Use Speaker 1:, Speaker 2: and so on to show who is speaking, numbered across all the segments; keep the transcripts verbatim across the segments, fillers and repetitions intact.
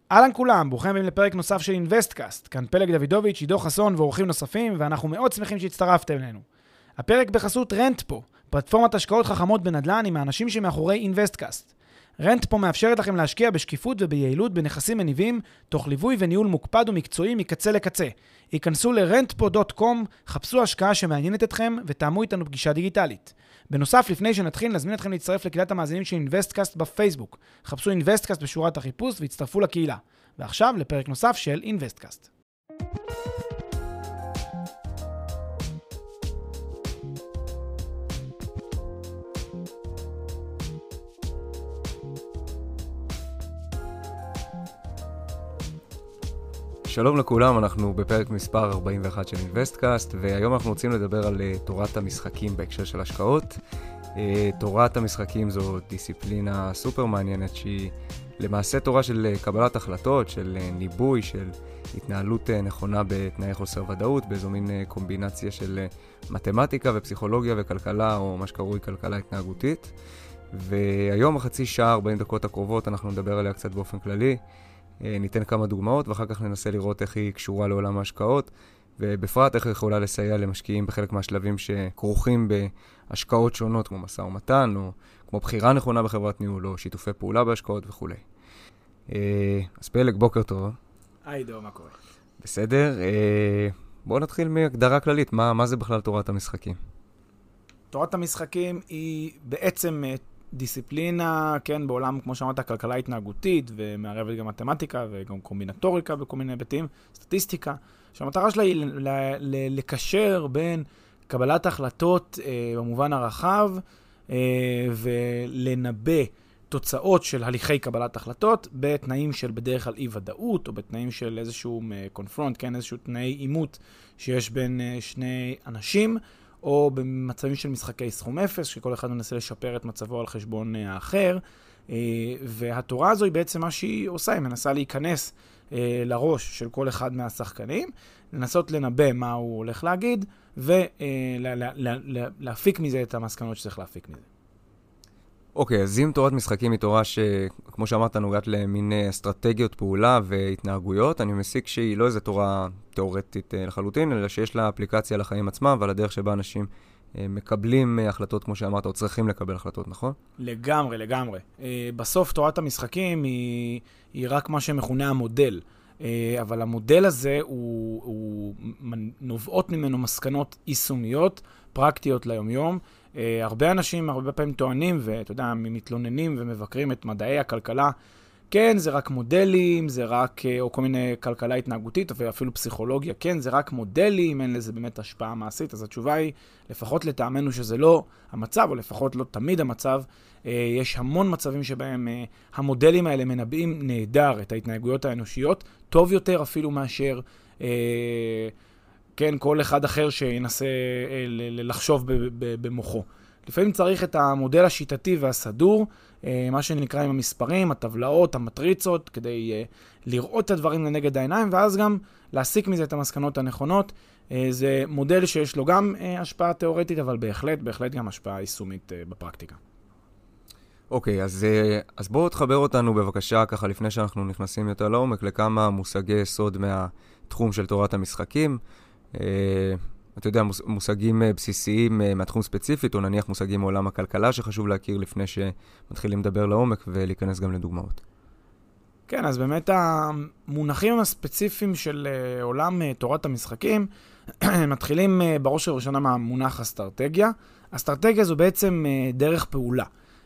Speaker 1: אהלן כולם, ברוכים הבאים לפרק נוסף של אינבסטקאסט. כאן פלג דוידוביץ', עידו חסון ואורחים נוספים, ואנחנו מאוד שמחים שהצטרפתם אלינו. הפרק בחסות רנטפו, פלטפורמת השקעות חכמות בנדל"ן עם האנשים שמאחורי אינבסטקאסט. רנטפו מאפשרת לכם להשקיע בשקיפות וביעילות בנכסים מניבים, תוך ליווי וניהול מוקפד ומקצועי מקצה לקצה. היכנסו ל-רנטפו דוט קום, חפשו השקעה שמעניינת אתכם ותאמו איתנו פגישה דיגיטלית. בנוסף, לפני שנתחיל, נזמין אתכם להצטרף לקהילת המאזינים של אינבסטקאסט בפייסבוק. חפשו אינבסטקאסט בשורת החיפוש והצטרפו לקהילה. ועכשיו לפרק נוסף של אינבסטקאסט.
Speaker 2: שלום לכולם, אנחנו בפרק מספר ארבעים ואחת של אינבסטקאסט, והיום אנחנו רוצים לדבר על תורת המשחקים בהקשר של השקעות. תורת המשחקים זו דיסציפלינה סופר מעניינת, שהיא למעשה תורה של קבלת החלטות, של ניבוי, של התנהלות נכונה בתנאי חוסר ודאות, באיזו מין קומבינציה של מתמטיקה ופסיכולוגיה וכלכלה, או מה שקרוי כלכלה התנהגותית. והיום החצי שעה, ארבעים דקות הקרובות, אנחנו נדבר עליה קצת באופן כללי. ניתן כמה דוגמאות, ואחר כך ננסה לראות איך היא קשורה לעולם ההשקעות, ובפרט איך היא יכולה לסייע למשקיעים בחלק מהשלבים שכרוכים בהשקעות שונות, כמו משא ומתן, או כמו בחירה נכונה בחברת ניהול, או שיתופי פעולה בהשקעות וכו'. אז פלג, בוקר טוב.
Speaker 1: היי דו, מה קורה?
Speaker 2: בסדר. בואו נתחיל מהגדרה כללית. מה, מה זה בכלל תורת המשחקים?
Speaker 1: תורת המשחקים היא בעצם דיסציפלינה, כן, בעולם, כמו שאמרת, כלכלה התנהגותית, ומערבת גם מתמטיקה, וגם קומבינטוריקה בכל מיני היבטים, סטטיסטיקה, שהמטרה שלה היא ל- ל- לקשר בין קבלת החלטות אה, במובן הרחב, אה, ולנבא תוצאות של הליכי קבלת החלטות, בתנאים של בדרך כלל אי-ודאות, או בתנאים של איזשהו קונפרונט, כן, איזשהו תנאי אימות שיש בין אה, שני אנשים, או במצבים של משחקי סכום אפס, שכל אחד מנסה לשפר את מצבו על חשבון האחר. והתורה הזו היא בעצם מה שהיא עושה, היא מנסה להיכנס לראש של כל אחד מהשחקנים, לנסות לנבא מה הוא הולך להגיד, ולהפיק מזה את המסקנות שצריך להפיק מזה.
Speaker 2: אוקיי, אז אם תורת משחקים היא תורה שכמו שאמרת נוגעת למין אסטרטגיות פעולה והתנהגויות, אני מסיק שהיא לא איזו תורה תיאורטית לחלוטין, אלא שיש לה אפליקציה לחיים עצמם ועל הדרך שבה אנשים מקבלים החלטות, כמו שאמרת, או צריכים לקבל החלטות, נכון?
Speaker 1: לגמרי, לגמרי. בסוף תורת המשחקים היא, היא רק מה שמכונה המודל. אבל המודל הזה הוא, הוא נובעות ממנו מסקנות יישומיות, פרקטיות ליום-יום. הרבה אנשים הרבה פעמים טוענים, ואתה יודע, מתלוננים ומבקרים את מדעי הכלכלה. כן, זה רק מודלים, זה רק, או כל מיני כלכלה התנהגותית, ואפילו פסיכולוגיה, כן, זה רק מודלים, אין לזה באמת השפעה מעשית. אז התשובה היא, לפחות לטעמנו שזה לא המצב, או לפחות לא תמיד המצב. יש המון מצבים שבהם המודלים האלה מנבאים נהדר את ההתנהגויות האנושיות, טוב יותר אפילו מאשר, כן, כל אחד אחר שינסה לחשוב במוחו. לפעמים צריך את המודל השיטתי והסדור, מה שנקרא עם המספרים, הטבלאות, המטריצות, כדי לראות את הדברים לנגד העיניים, ואז גם להסיק מזה את המסקנות הנכונות. זה מודל שיש לו גם השפעה תיאורטית, אבל בהחלט, בהחלט גם השפעה יישומית בפרקטיקה.
Speaker 2: אוקיי, אז, אז בואו תחבר אותנו בבקשה, ככה לפני שאנחנו נכנסים יותר לעומק, לכמה מושגי יסוד מהתחום של תורת המשחקים. אתה יודע, מושגים בסיסיים מהתחום ספציפית, או נניח מושגים מעולם הכלכלה שחשוב להכיר לפני שמתחילים לדבר לעומק ולהיכנס גם לדוגמאות.
Speaker 1: כן, אז באמת המונחים הספציפיים של עולם תורת המשחקים מתחילים בראש ובראשונה מהמונח אסטרטגיה. אסטרטגיה זו בעצם דרך פעולה.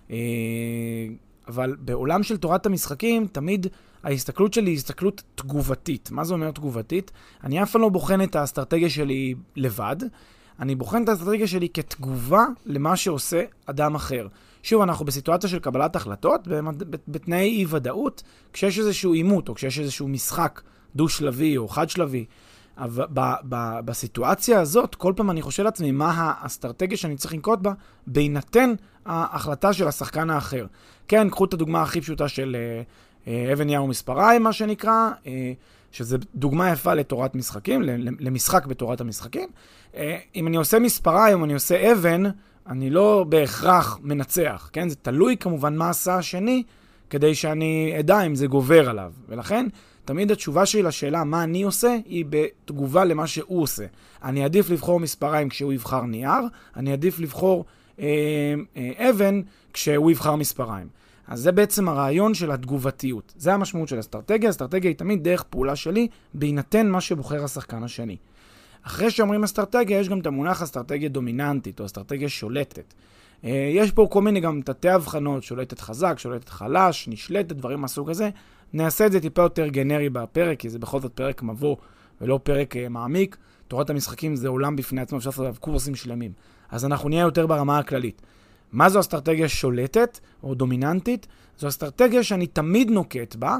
Speaker 1: אבל בעולם של תורת המשחקים תמיד ההסתכלות שלי היא הסתכלות תגובתית. מה זה אומר תגובתית? אני אף פעם לא בוחן את האסטרטגיה שלי לבד, אני בוחן את האסטרטגיה שלי כתגובה למה שעושה אדם אחר. שוב, אנחנו בסיטואציה של קבלת החלטות, בתנאי אי-ודאות, כשיש איזשהו אימות, או כשיש איזשהו משחק דו-שלבי או חד-שלבי. אבל ב- ב- בסיטואציה הזאת, כל פעם אני חושב לעצמי מה האסטרטגיה שאני צריך לנקוט בה, בהינתן ההחלטה של השחקן האחר. כן, קחו את הדוגמה הכי פשוטה של אבן יער ומספריים, מה שנקרא, שזה דוגמה יפה לתורת משחקים, למשחק בתורת המשחקים. אם אני עושה מספריים, אם אני עושה אבן, אני לא בהכרח מנצח, כן? זה תלוי כמובן מה עשה השני, כדי שאני אדע אם זה גובר עליו. ולכן, תמיד התשובה שלי לשאלה מה אני עושה, היא בתגובה למה שהוא עושה. אני עדיף לבחור מספריים כשהוא יבחר נייר, אני עדיף לבחור אה, אה, אבן כשהוא יבחר מספריים. אז זה בעצם הרעיון של התגובתיות. זה המשמעות של אסטרטגיה. אסטרטגיה היא תמיד דרך פעולה שלי, בהינתן מה שבוחר השחקן השני. אחרי שאומרים אסטרטגיה, יש גם את המונח אסטרטגיה דומיננטית, או אסטרטגיה שולטת. יש פה כל מיני גם תתי הבחנות, שולטת חזק, שולטת חלש, נשלטת, דברים מהסוג הזה. נעשה את זה טיפה יותר גנרי בפרק, כי זה בכל זאת פרק מבוא, ולא פרק מעמיק. תורת המשחקים זה עולם בפני עצמו, אפשר לעשות עליו קורסים שלמים. אז אנחנו נהיה יותר ברמה הכללית. מה זו אסטרטגיה שולטת, או דומיננטית? זו אסטרטגיה שאני תמיד נוקט בה,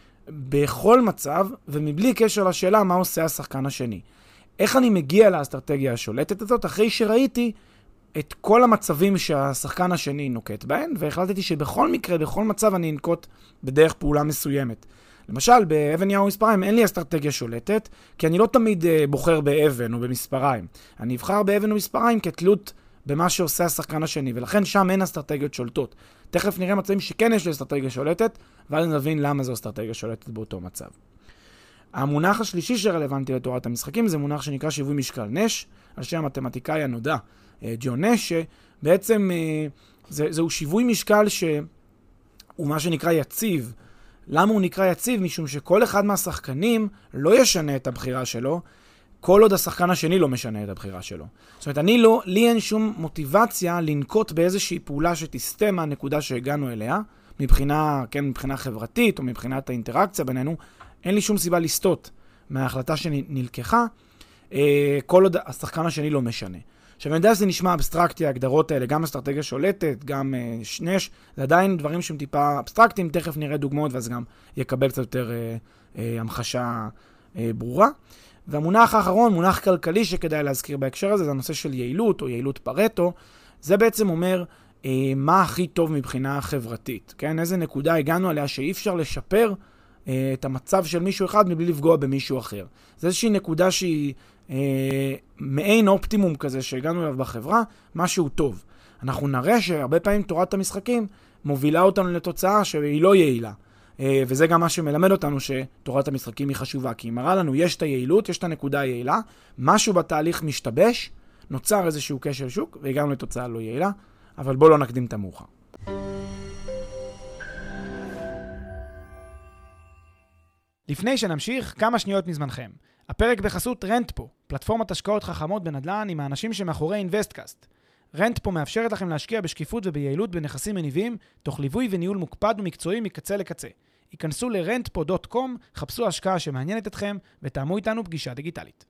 Speaker 1: בכל מצב, ומבלי קשר לשאלה מה עושה השחקן השני. איך אני מגיע לאסטרטגיה השולטת הזאת? אחרי שראיתי את כל המצבים שהשחקן השני נוקט בהן, והחלטתי שבכל מקרה, בכל מצב אני אנקוט בדרך פעולה מסוימת. למשל, באבן יער ומספריים אין לי אסטרטגיה שולטת, כי אני לא תמיד uh, בוחר באבן או במספריים. אני אבחר באבן ומספריים כתלות במה שעושה השחקן השני, ולכן שם אין אסטרטגיות שולטות. תכף נראה מצבים שכן יש לי אסטרטגיה שולטת, ואז נבין למה זו אסטרטגיה שולטת באותו מצב. המונח השלישי שרלוונטי לתורת המשחקים זה מונח שנקרא שיווי משקל נש, על שם המתמטיקאי הנודע ג'ון נש, שבעצם זה, זהו שיווי משקל שהוא מה שנקרא יציב. למה הוא נקרא יציב? משום שכל אחד מהשחקנים לא ישנה את הבחירה שלו, כל עוד השחקן השני לא משנה את הבחירה שלו. זאת אומרת, אני לא, לי אין שום מוטיבציה לנקוט באיזושהי פעולה שתסתה מהנקודה שהגענו אליה, מבחינה, כן, מבחינה חברתית או מבחינת האינטראקציה בינינו, אין לי שום סיבה לסטות מההחלטה שנלקחה, אה, כל עוד השחקן השני לא משנה. עכשיו, אני יודע שזה נשמע אבסטרקטי, ההגדרות האלה, גם אסטרטגיה שולטת, גם אה, שנש, זה עדיין דברים שהם טיפה אבסטרקטיים, תכף נראה דוגמאות, ואז גם יקבל קצת יותר אה, אה, המחשה אה, ברורה. והמונח האחרון, מונח כלכלי שכדאי להזכיר בהקשר הזה, זה הנושא של יעילות או יעילות פרטו. זה בעצם אומר אה, מה הכי טוב מבחינה חברתית. כן? איזה נקודה הגענו עליה שאי אפשר לשפר אה, את המצב של מישהו אחד מבלי לפגוע במישהו אחר. זה איזושהי נקודה שהיא אה, מעין אופטימום כזה שהגענו אליו בחברה, משהו טוב. אנחנו נראה שהרבה פעמים תורת המשחקים מובילה אותנו לתוצאה שהיא לא יעילה. וזה גם מה שמלמד אותנו שתורת המשחקים היא חשובה, כי היא מראה לנו, יש את היעילות, יש את הנקודה היעילה, משהו בתהליך משתבש, נוצר איזשהו כשל שוק, והגענו לתוצאה לא יעילה, אבל בואו לא נקדים את המאוחר. לפני שנמשיך, כמה שניות מזמנכם. הפרק בחסות רנטפו, פלטפורמת השקעות חכמות בנדל"ן עם האנשים שמאחורי אינבסטקאסט. רנטפו מאפשרת לכם להשקיע בשקיפות וביעילות בנכסים מניבים, תוך ליווי וניהול מוקפד ומקצועי מקצה לקצה. היכנסו ל-רנטפו דוט קום, חפשו השקעה שמעניינת אתכם, ותאמו איתנו פגישה דיגיטלית.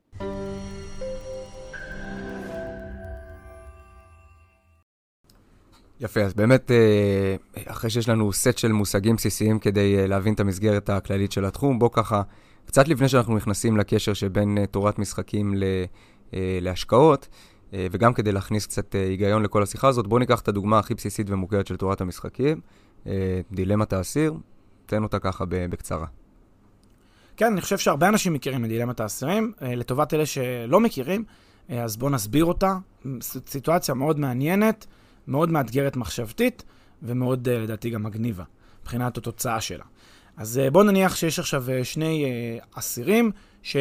Speaker 2: יפה, אז באמת, אחרי שיש לנו סט של מושגים בסיסיים כדי להבין את המסגרת הכללית של התחום, בוא ככה, קצת לפני שאנחנו נכנסים לקשר שבין תורת משחקים להשקעות, וגם כדי להכניס קצת היגיון לכל השיחה הזאת, בואו ניקח את הדוגמה הכי בסיסית ומוכרת של תורת המשחקים, דילמת האסיר, תן אותה ככה בקצרה.
Speaker 1: כן, אני חושב שהרבה אנשים מכירים את דילמת האסירים, לטובת אלה שלא מכירים, אז בואו נסביר אותה. סיטואציה מאוד מעניינת, מאוד מאתגרת מחשבתית, ומאוד לדעתי גם מגניבה, מבחינת התוצאה שלה. אז בואו נניח שיש עכשיו שני אסירים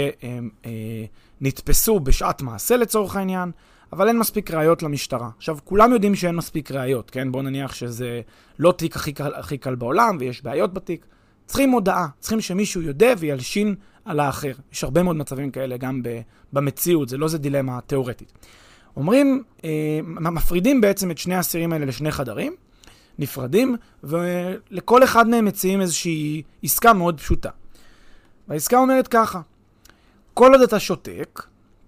Speaker 1: שנתפסו בשעת מעשה לצורך העניין, אבל אין מספיק ראיות למשטרה. עכשיו, כולם יודעים שאין מספיק ראיות, כן? בואו נניח שזה לא תיק הכי קל, הכי קל בעולם, ויש בעיות בתיק. צריכים הודעה, צריכים שמישהו יודע וילשין על האחר. יש הרבה מאוד מצבים כאלה גם במציאות, זה לא זה דילמה תיאורטית. אומרים, אה, מפרידים בעצם את שני האסירים האלה לשני חדרים, נפרדים, ולכל אחד מהם מציעים איזושהי עסקה מאוד פשוטה. והעסקה אומרת ככה, כל עוד אתה שותק,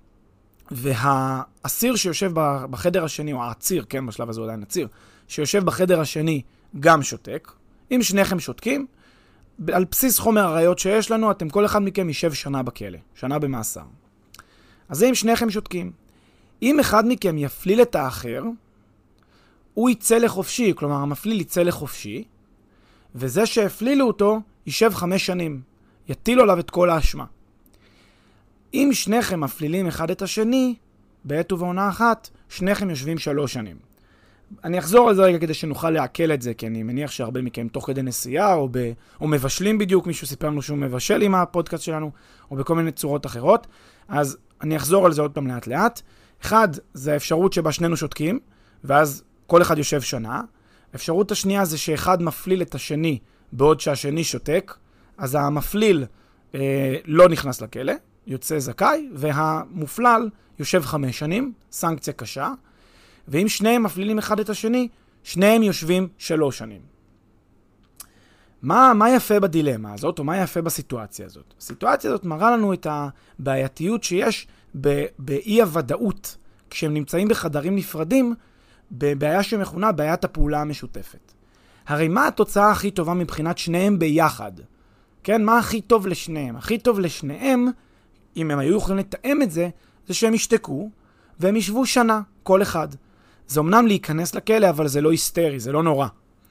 Speaker 1: והאסיר שיושב בחדר השני, או העציר, כן, בשלב הזה עדיין עציר, שיושב בחדר השני גם שותק, אם שניכם שותקים, על בסיס חומר הראיות שיש לנו, אתם כל אחד מכם יישב שנה בכלא, שנה במאסר. אז זה אם שניכם שותקים. אם אחד מכם יפליל את האחר, הוא יצא לחופשי, כלומר המפליל יצא לחופשי, וזה שהפלילו אותו יישב חמש שנים, יטילו עליו את כל האשמה. אם שניכם מפלילים אחד את השני, בעת ובעונה אחת, שניכם יושבים שלוש שנים. אני אחזור על זה רגע כדי שנוכל לעכל את זה, כי אני מניח שהרבה מכם תוך כדי נסיעה, או, ב, או מבשלים בדיוק, מישהו סיפר לנו שהוא מבשל עם הפודקאסט שלנו, או בכל מיני צורות אחרות. אז אני אחזור על זה עוד פעם לאט לאט. אחד, זה האפשרות שבה שנינו שותקים, ואז כל אחד יושב שנה. האפשרות השנייה זה שאחד מפליל את השני, בעוד שהשני שותק, אז המפליל אה, לא נכנס לכלא, יוצא זכאי, והמופלל יושב חמש שנים, סנקציה קשה, ואם שניהם מפלילים אחד את השני, שניהם יושבים שלוש שנים. מה, מה יפה בדילמה הזאת, או מה יפה בסיטואציה הזאת? הסיטואציה הזאת מראה לנו את הבעייתיות שיש באי הוודאות, כשהם נמצאים בחדרים נפרדים, בבעיה שמכונה בעיית הפעולה המשותפת. הרי מה התוצאה הכי טובה מבחינת שניהם ביחד? כן, מה הכי טוב לשניהם? הכי טוב לשניהם, אם הם היו יכולים לתאם את זה, זה שהם ישתקו, והם ישבו שנה, כל אחד. זה אמנם להיכנס לכלא, אבל זה לא היסטרי, זה לא נורא.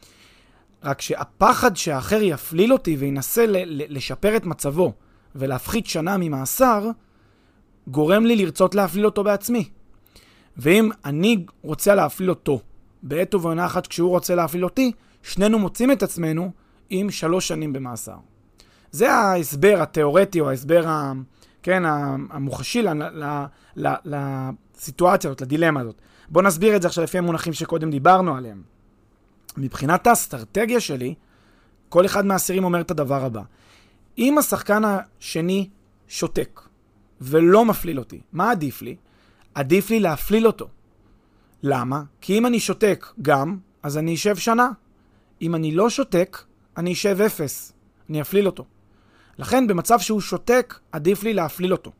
Speaker 1: רק שהפחד שהאחר יפליל אותי וינסה ל- ל- לשפר את מצבו, ולהפחית שנה ממאסר, גורם לי לרצות להפליל אותו בעצמי. ואם אני רוצה להפליל אותו בעת ובעונה אחת כשהוא רוצה להפליל אותי, שנינו מוצאים את עצמנו עם שלוש שנים במאסר. זה ההסבר התיאורטי או ההסבר ה, כן, המוחשי ל, ל, ל, לסיטואציה הזאת, לדילמה הזאת. בוא נסביר את זה עכשיו לפי המונחים שקודם דיברנו עליהם. מבחינת האסטרטגיה שלי, כל אחד מהאסירים אומר את הדבר הבא. אם השחקן השני שותק ולא מפליל אותי, מה עדיף לי? עדיף לי להפליל אותו. למה? כי אם אני שותק גם, אז אני אשב שנה. אם אני לא שותק, אני אשב אפס. אני אפליל אותו. לכן במצב שהוא שותק, עדיף לי להפליל אותו.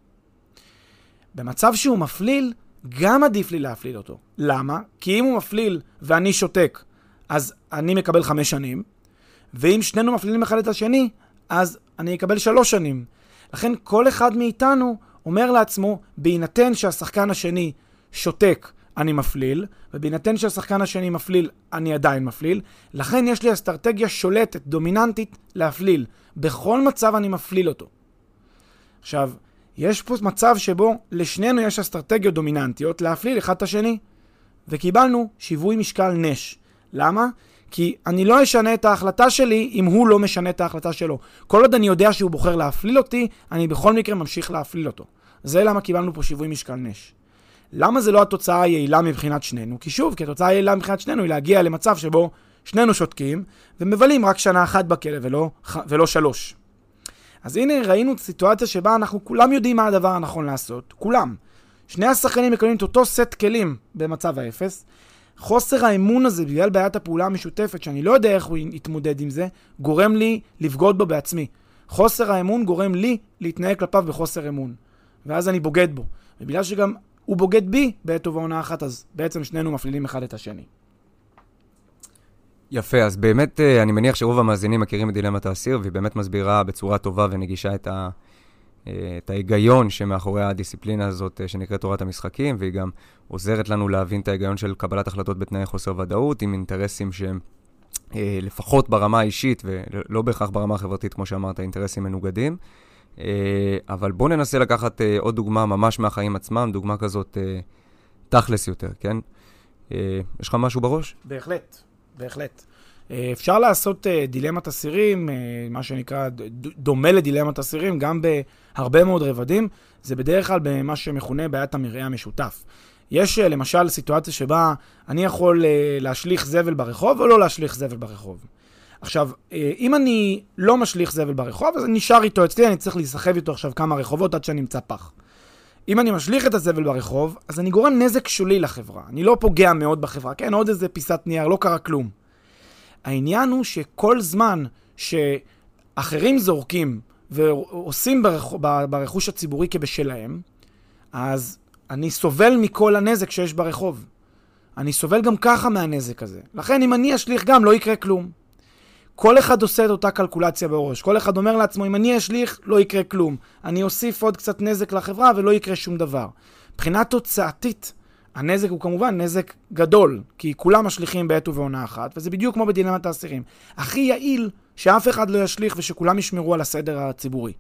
Speaker 1: במצב שהוא מפליל, גם עדיף לי להפליל אותו. למה? כי אם הוא מפליל ואני שותק, אז אני מקבל חמש שנים, ואם שנינו מפלילים אחד את השני, אז אני אקבל שלוש שנים. לכן כל אחד מאיתנו אומר לעצמו, בהינתן שהשחקן השני שותק, אני מפליל, ובהינתן שהשחקן השני מפליל, אני עדיין מפליל. לכן יש לי אסטרטגיה שולטת, דומיננטית, להפליל. בכל מצב אני מפליל אותו. עכשיו, יש פה מצב שבו לשנינו יש אסטרטגיות דומיננטיות להפליל אחד את השני, וקיבלנו שיווי משקל נש. למה? כי אני לא אשנה את ההחלטה שלי אם הוא לא משנה את ההחלטה שלו. כל עוד אני יודע שהוא בוחר להפליל אותי, אני בכל מקרה ממשיך להפליל אותו. זה למה קיבלנו פה שיווי משקל נש. למה זה לא התוצאה היעילה מבחינת שנינו? כי שוב, כי התוצאה היעילה מבחינת שנינו היא להגיע למצב שבו שנינו שותקים ומבלים רק שנה אחת בכלא ולא, ולא שלוש. אז הנה ראינו סיטואציה שבה אנחנו כולם יודעים מה הדבר הנכון לעשות. כולם. שני השחקנים מקבלים את אותו סט כלים במצב האפס. חוסר האמון הזה בגלל בעיית הפעולה המשותפת, שאני לא יודע איך הוא יתמודד עם זה, גורם לי לבגוד בו בעצמי. חוסר האמון גורם לי להתנהג כלפיו בחוסר אמון. ואז אני בוגד בו. ובגלל שגם הוא בוגד בי בעת ובעונה אחת, אז בעצם שנינו מפלילים אחד את השני.
Speaker 2: יפה, אז באמת אני מניח שרוב המאזינים מכירים את דילמת האסיר, והיא באמת מסבירה בצורה טובה ונגישה את, ה, את ההיגיון שמאחורי הדיסציפלינה הזאת שנקראת תורת המשחקים, והיא גם עוזרת לנו להבין את ההיגיון של קבלת החלטות בתנאי חוסר ודאות, עם אינטרסים שהם לפחות ברמה האישית, ולא בהכרח ברמה החברתית, כמו שאמרת, אינטרסים מנוגדים. אבל בואו ננסה לקחת עוד דוגמה ממש מהחיים עצמם, דוגמה כזאת תכלס יותר, כן? יש לך משהו בראש?
Speaker 1: בהחלט, בהחלט. אפשר לעשות דילמת אסירים, מה שנקרא דומה לדילמת אסירים, גם בהרבה מאוד רבדים, זה בדרך כלל במה שמכונה בעיית המרעה המשותף. יש למשל סיטואציה שבה אני יכול להשליך זבל ברחוב או לא להשליך זבל ברחוב. עכשיו, אם אני לא משליך זבל ברחוב, אז אני נשאר איתו אצלי, אני צריך להיסחב איתו עכשיו כמה רחובות עד שאני אמצא פח. אם אני משליך את הזבל ברחוב, אז אני גורם נזק שולי לחברה. אני לא פוגע מאוד בחברה, כן, עוד איזה פיסת נייר, לא קרה כלום. העניין הוא שכל זמן שאחרים זורקים ועושים ברכ... ברכוש הציבורי כבשלהם, אז אני סובל מכל הנזק שיש ברחוב. אני סובל גם ככה מהנזק הזה. לכן אם אני אשליך גם לא יקרה כלום. כל אחד עושה את אותה קלקולציה בראש. כל אחד אומר לעצמו, אם אני אשליך, לא יקרה כלום. אני אוסיף עוד קצת נזק לחברה ולא יקרה שום דבר. מבחינה תוצאתית, הנזק הוא כמובן נזק גדול, כי כולם משליכים בעת ובעונה אחת, וזה בדיוק כמו בדילמת האסירים. הכי יעיל שאף אחד לא ישליך ושכולם ישמרו על הסדר הציבורי.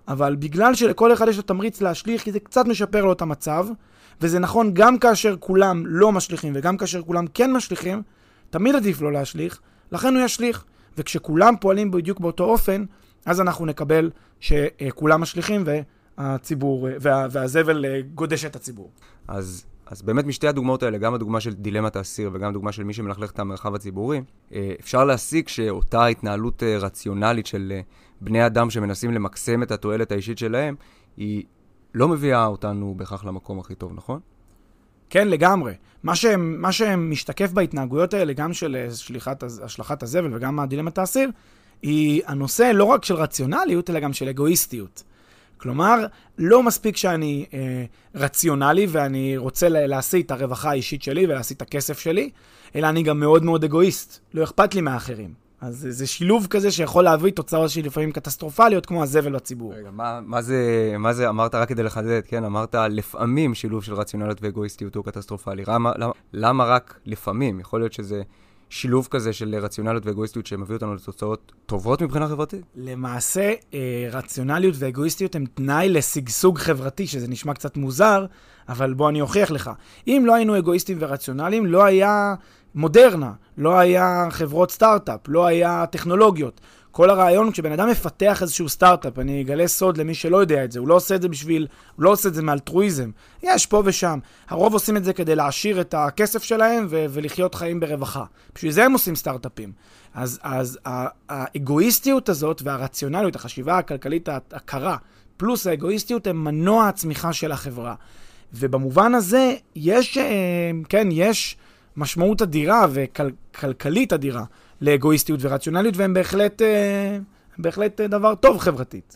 Speaker 1: אבל בגלל שלכל אחד יש לו תמריץ להשליך, כי זה קצת משפר לו את המצב, וזה נכון גם כאשר כולם לא משליכים, וגם כאשר כולם כן משליכים, תמיד עדיף לא להשליך, לכן הוא ישליך. וכשכולם פועלים בדיוק באותו אופן, אז אנחנו נקבל שכולם משליכים והציבור, וה, והזבל גודש את הציבור.
Speaker 2: אז, אז באמת משתי הדוגמאות האלה, גם הדוגמה של דילמת האסיר וגם הדוגמה של מי שמלכלך את המרחב הציבורי, אפשר להסיק שאותה התנהלות רציונלית של בני אדם שמנסים למקסם את התועלת האישית שלהם, היא לא מביאה אותנו בכך למקום הכי טוב, נכון?
Speaker 1: כן, לגמרי. מה שהם, מה שהם משתקף בהתנהגויות האלה, גם של שליחת, השלכת הזבל וגם הדילמת האסיר, היא הנושא לא רק של רציונליות, אלא גם של אגואיסטיות. כלומר, לא מספיק שאני אה, רציונלי ואני רוצה להשיג את הרווחה האישית שלי ולהשיג את הכסף שלי, אלא אני גם מאוד מאוד אגואיסט. לא אכפת לי מהאחרים. אז זה שילוב כזה שיכול להביא תוצאות שלפעמים קטסטרופליות, כמו הזבל בציבור.
Speaker 2: רגע, מה, מה זה, מה זה, אמרת רק כדי לחדד, כן? אמרת לפעמים שילוב של רציונליות ואגואיסטיות הוא קטסטרופלי. למה, למה, למה רק לפעמים? יכול להיות שזה שילוב כזה של רציונליות ואגואיסטיות שמביא אותנו לתוצאות טובות מבחינה חברתית?
Speaker 1: למעשה, רציונליות ואגואיסטיות הם תנאי לסגסוג חברתי, שזה נשמע קצת מוזר, אבל בוא אני אוכיח לך. אם לא היינו אגואיסטים ורציונליים, לא היה מודרנה, לא היה חברות סטארט-אפ, לא היה טכנולוגיות. כל הרעיון, כשבן אדם מפתח איזשהו סטארט-אפ, אני אגלה סוד למי שלא יודע את זה, הוא לא עושה את זה בשביל, הוא לא עושה את זה מאלטרואיזם. יש פה ושם. הרוב עושים את זה כדי להעשיר את הכסף שלהם ו- ולחיות חיים ברווחה. בשביל זה הם עושים סטארט-אפים. אז, אז האגואיסטיות הזאת והרציונליות, החשיבה הכלכלית הקרה, פלוס האגואיסטיות הם מנוע הצמיחה של החברה. ובמובן הזה יש, כן, יש משמעות אדירה וכלכלית אדירה לאגואיסטיות ורציונליות, והם בהחלט, בהחלט דבר טוב חברתית.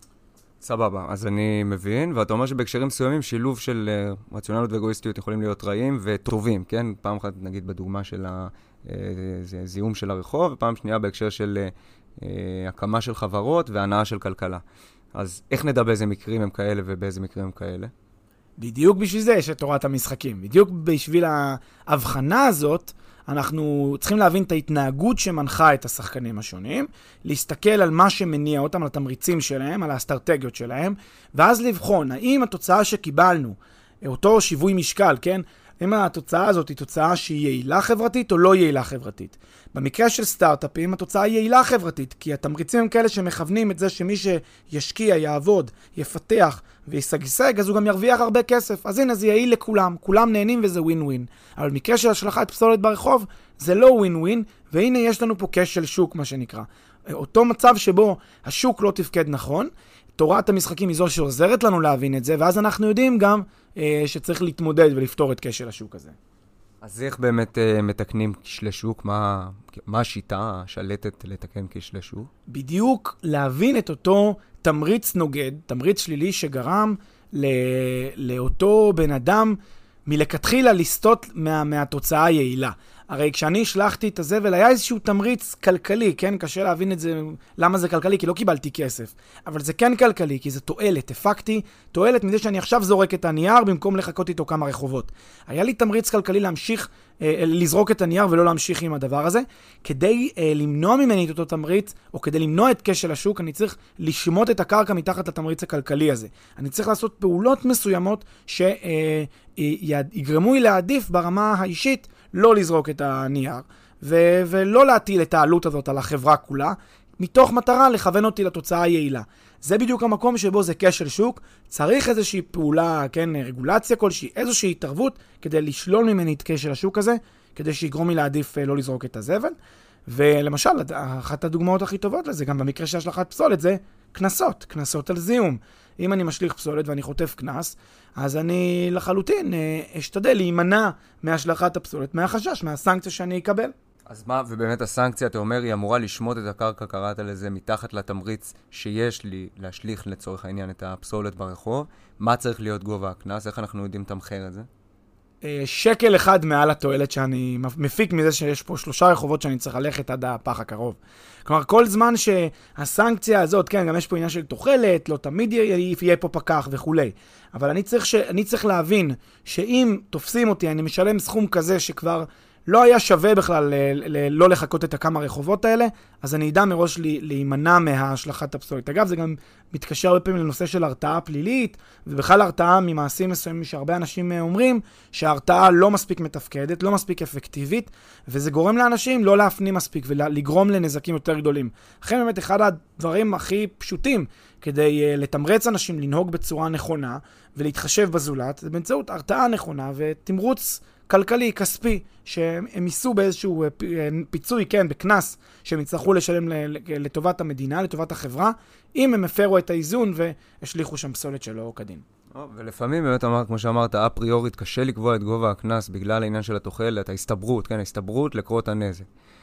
Speaker 2: סבבה, אז אני מבין, ואתה אומר שבהקשרים מסוימים שילוב של רציונליות ואגואיסטיות יכולים להיות רעים וטובים, כן? פעם אחת נגיד בדוגמה של הזיהום של הרחוב, ופעם שנייה בהקשר של הקמה של חברות והנאה של כלכלה. אז איך נדע באיזה מקרים הם כאלה ובאיזה מקרים הם כאלה?
Speaker 1: בדיוק בשביל זה יש את תורת המשחקים. בדיוק בשביל ההבחנה הזאת, אנחנו צריכים להבין את ההתנהגות שמנחה את השחקנים השונים, להסתכל על מה שמניע אותם, על התמריצים שלהם, על האסטרטגיות שלהם, ואז לבחון, האם התוצאה שקיבלנו, אותו שיווי משקל, כן? אם התוצאה הזאת היא תוצאה שהיא יעילה חברתית או לא יעילה חברתית. במקרה של סטארט-אפים, התוצאה היא יעילה חברתית, כי התמריצים הם כאלה שמכוונים את זה שמי שישקיע, יעבוד, יפתח וישגשג, אז הוא גם ירוויח הרבה כסף. אז הנה, זה יעיל לכולם, כולם נהנים וזה ווין ווין. אבל במקרה של השלכת פסולת ברחוב, זה לא ווין ווין, והנה יש לנו פה כשל שוק, מה שנקרא. אותו מצב שבו השוק לא תפקד נכון, תורת המשחקים היא זו שעוזרת לנו להבין את זה, ואז אנחנו יודעים גם אה, שצריך להתמודד ולפתור את כשל השוק הזה.
Speaker 2: אז איך באמת אה, מתקנים כשלי שוק? מה, מה השיטה השלטת לתקן כשלי שוק?
Speaker 1: בדיוק להבין את אותו תמריץ נוגד, תמריץ שלילי שגרם ל, לאותו בן אדם מלכתחילה לסטות מה, מהתוצאה היעילה. הרי כשאני השלחתי את הזבל, היה איזשהו תמריץ כלכלי, כן? קשה להבין את זה, למה זה כלכלי, כי לא קיבלתי כסף. אבל זה כן כלכלי, כי זה תועלת. הפקתי תועלת מזה שאני עכשיו זורק את הנייר, במקום לחכות איתו כמה רחובות. היה לי תמריץ כלכלי להמשיך, אה, לזרוק את הנייר ולא להמשיך עם הדבר הזה. כדי אה, למנוע ממני את אותו תמריץ, או כדי למנוע את כשל השוק, אני צריך לשמוט את הקרקע מתחת לתמריץ הכלכלי הזה. אני צריך לעשות פעולות מסוימות שיגרמו לי להעדיף ברמה האישית, לא לזרוק את הנייר, ו- ולא להטיל את העלות הזאת על החברה כולה, מתוך מטרה לכוון אותי לתוצאה היעילה. זה בדיוק המקום שבו זה כשל שוק, צריך איזושהי פעולה, כן, רגולציה כלשהי, איזושהי התערבות, כדי לשלול ממני את כשל השוק הזה, כדי שיגרום לי להעדיף לא לזרוק את הזבל. ולמשל, אחת הדוגמאות הכי טובות לזה, גם במקרה של השלכת פסולת, זה כנסות, כנסות על זיהום. אם אני משליך פסולת ואני חוטף כנס, אז אני לחלוטין אשתדל להימנע מהשלכת הפסולת, מהחשש, מהסנקציה שאני אקבל.
Speaker 2: אז מה, ובאמת הסנקציה, אתה אומר, היא אמורה לשמוט את הקרקע, קראת לזה, מתחת לתמריץ שיש לי להשליך לצורך העניין את הפסולת ברחוב. מה צריך להיות גובה הכנס? איך אנחנו יודעים תמחר את זה?
Speaker 1: שקל אחד מעל התועלת שאני מפיק מזה שיש פה שלושה רחובות שאני צריך ללכת עד הפח הקרוב. כלומר, כל זמן שהסנקציה הזאת, כן, גם יש פה עניין של תוחלת, לא תמיד יהיה פה פקח וכו'. אבל אני צריך, ש... אני צריך להבין שאם תופסים אותי, אני משלם סכום כזה שכבר לא היה שווה בכלל ל- ל- לא לחכות את הכמה רחובות האלה, אז אני אדע מראש לי- להימנע מהשלכת הפסולת. אגב, זה גם מתקשר הרבה פעמים לנושא של הרתעה פלילית, ובכלל הרתעה ממעשים מסוימים שהרבה אנשים אומרים שההרתעה לא מספיק מתפקדת, לא מספיק אפקטיבית, וזה גורם לאנשים לא להפנים מספיק ולגרום לנזקים יותר גדולים. לכן באמת אחד הדברים הכי פשוטים כדי uh, לתמרץ אנשים לנהוג בצורה נכונה ולהתחשב בזולת, זה באמצעות הרתעה נכונה ותמרוץ כלכלי, כספי, שהם ייסעו באיזשהו פיצוי, כן, בכנס, שהם יצטרכו לשלם לטובת המדינה, לטובת החברה, אם הם הפרו את האיזון והשליחו שם פסולת שלא כדין.
Speaker 2: ולפעמים באמת אמרת, כמו שאמרת, אפריורית קשה לקבוע את גובה הכנס בגלל העניין של התוחלת, ההסתברות, כן, ההסתברות לקרות הנזק.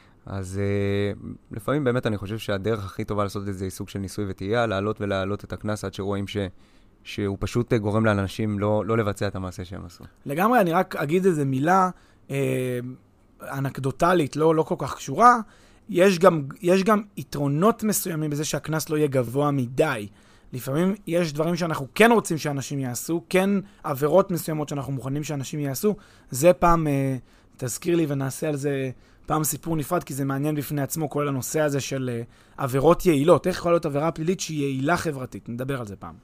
Speaker 2: אז uh, לפעמים באמת אני חושב שהדרך הכי טובה לעשות את זה היא סוג של ניסוי וטעייה, לעלות ולעלות את הכנס עד שרואים ש... שהוא פשוט גורם לאנשים לא, לא לבצע את המעשה שהם עשו.
Speaker 1: לגמרי, אני רק אגיד איזו מילה אה, אנקדוטלית, לא, לא כל כך קשורה. יש גם, יש גם יתרונות מסוימים בזה שהכנס לא יהיה גבוה מדי. לפעמים יש דברים שאנחנו כן רוצים שאנשים יעשו, כן עבירות מסוימות שאנחנו מוכנים שאנשים יעשו. זה פעם, אה, תזכיר לי ונעשה על זה פעם סיפור נפרד, כי זה מעניין בפני עצמו כל הנושא הזה של אה, עבירות יעילות. איך יכולה להיות עבירה פלילית שהיא יעילה חברתית? נדבר על זה פעם.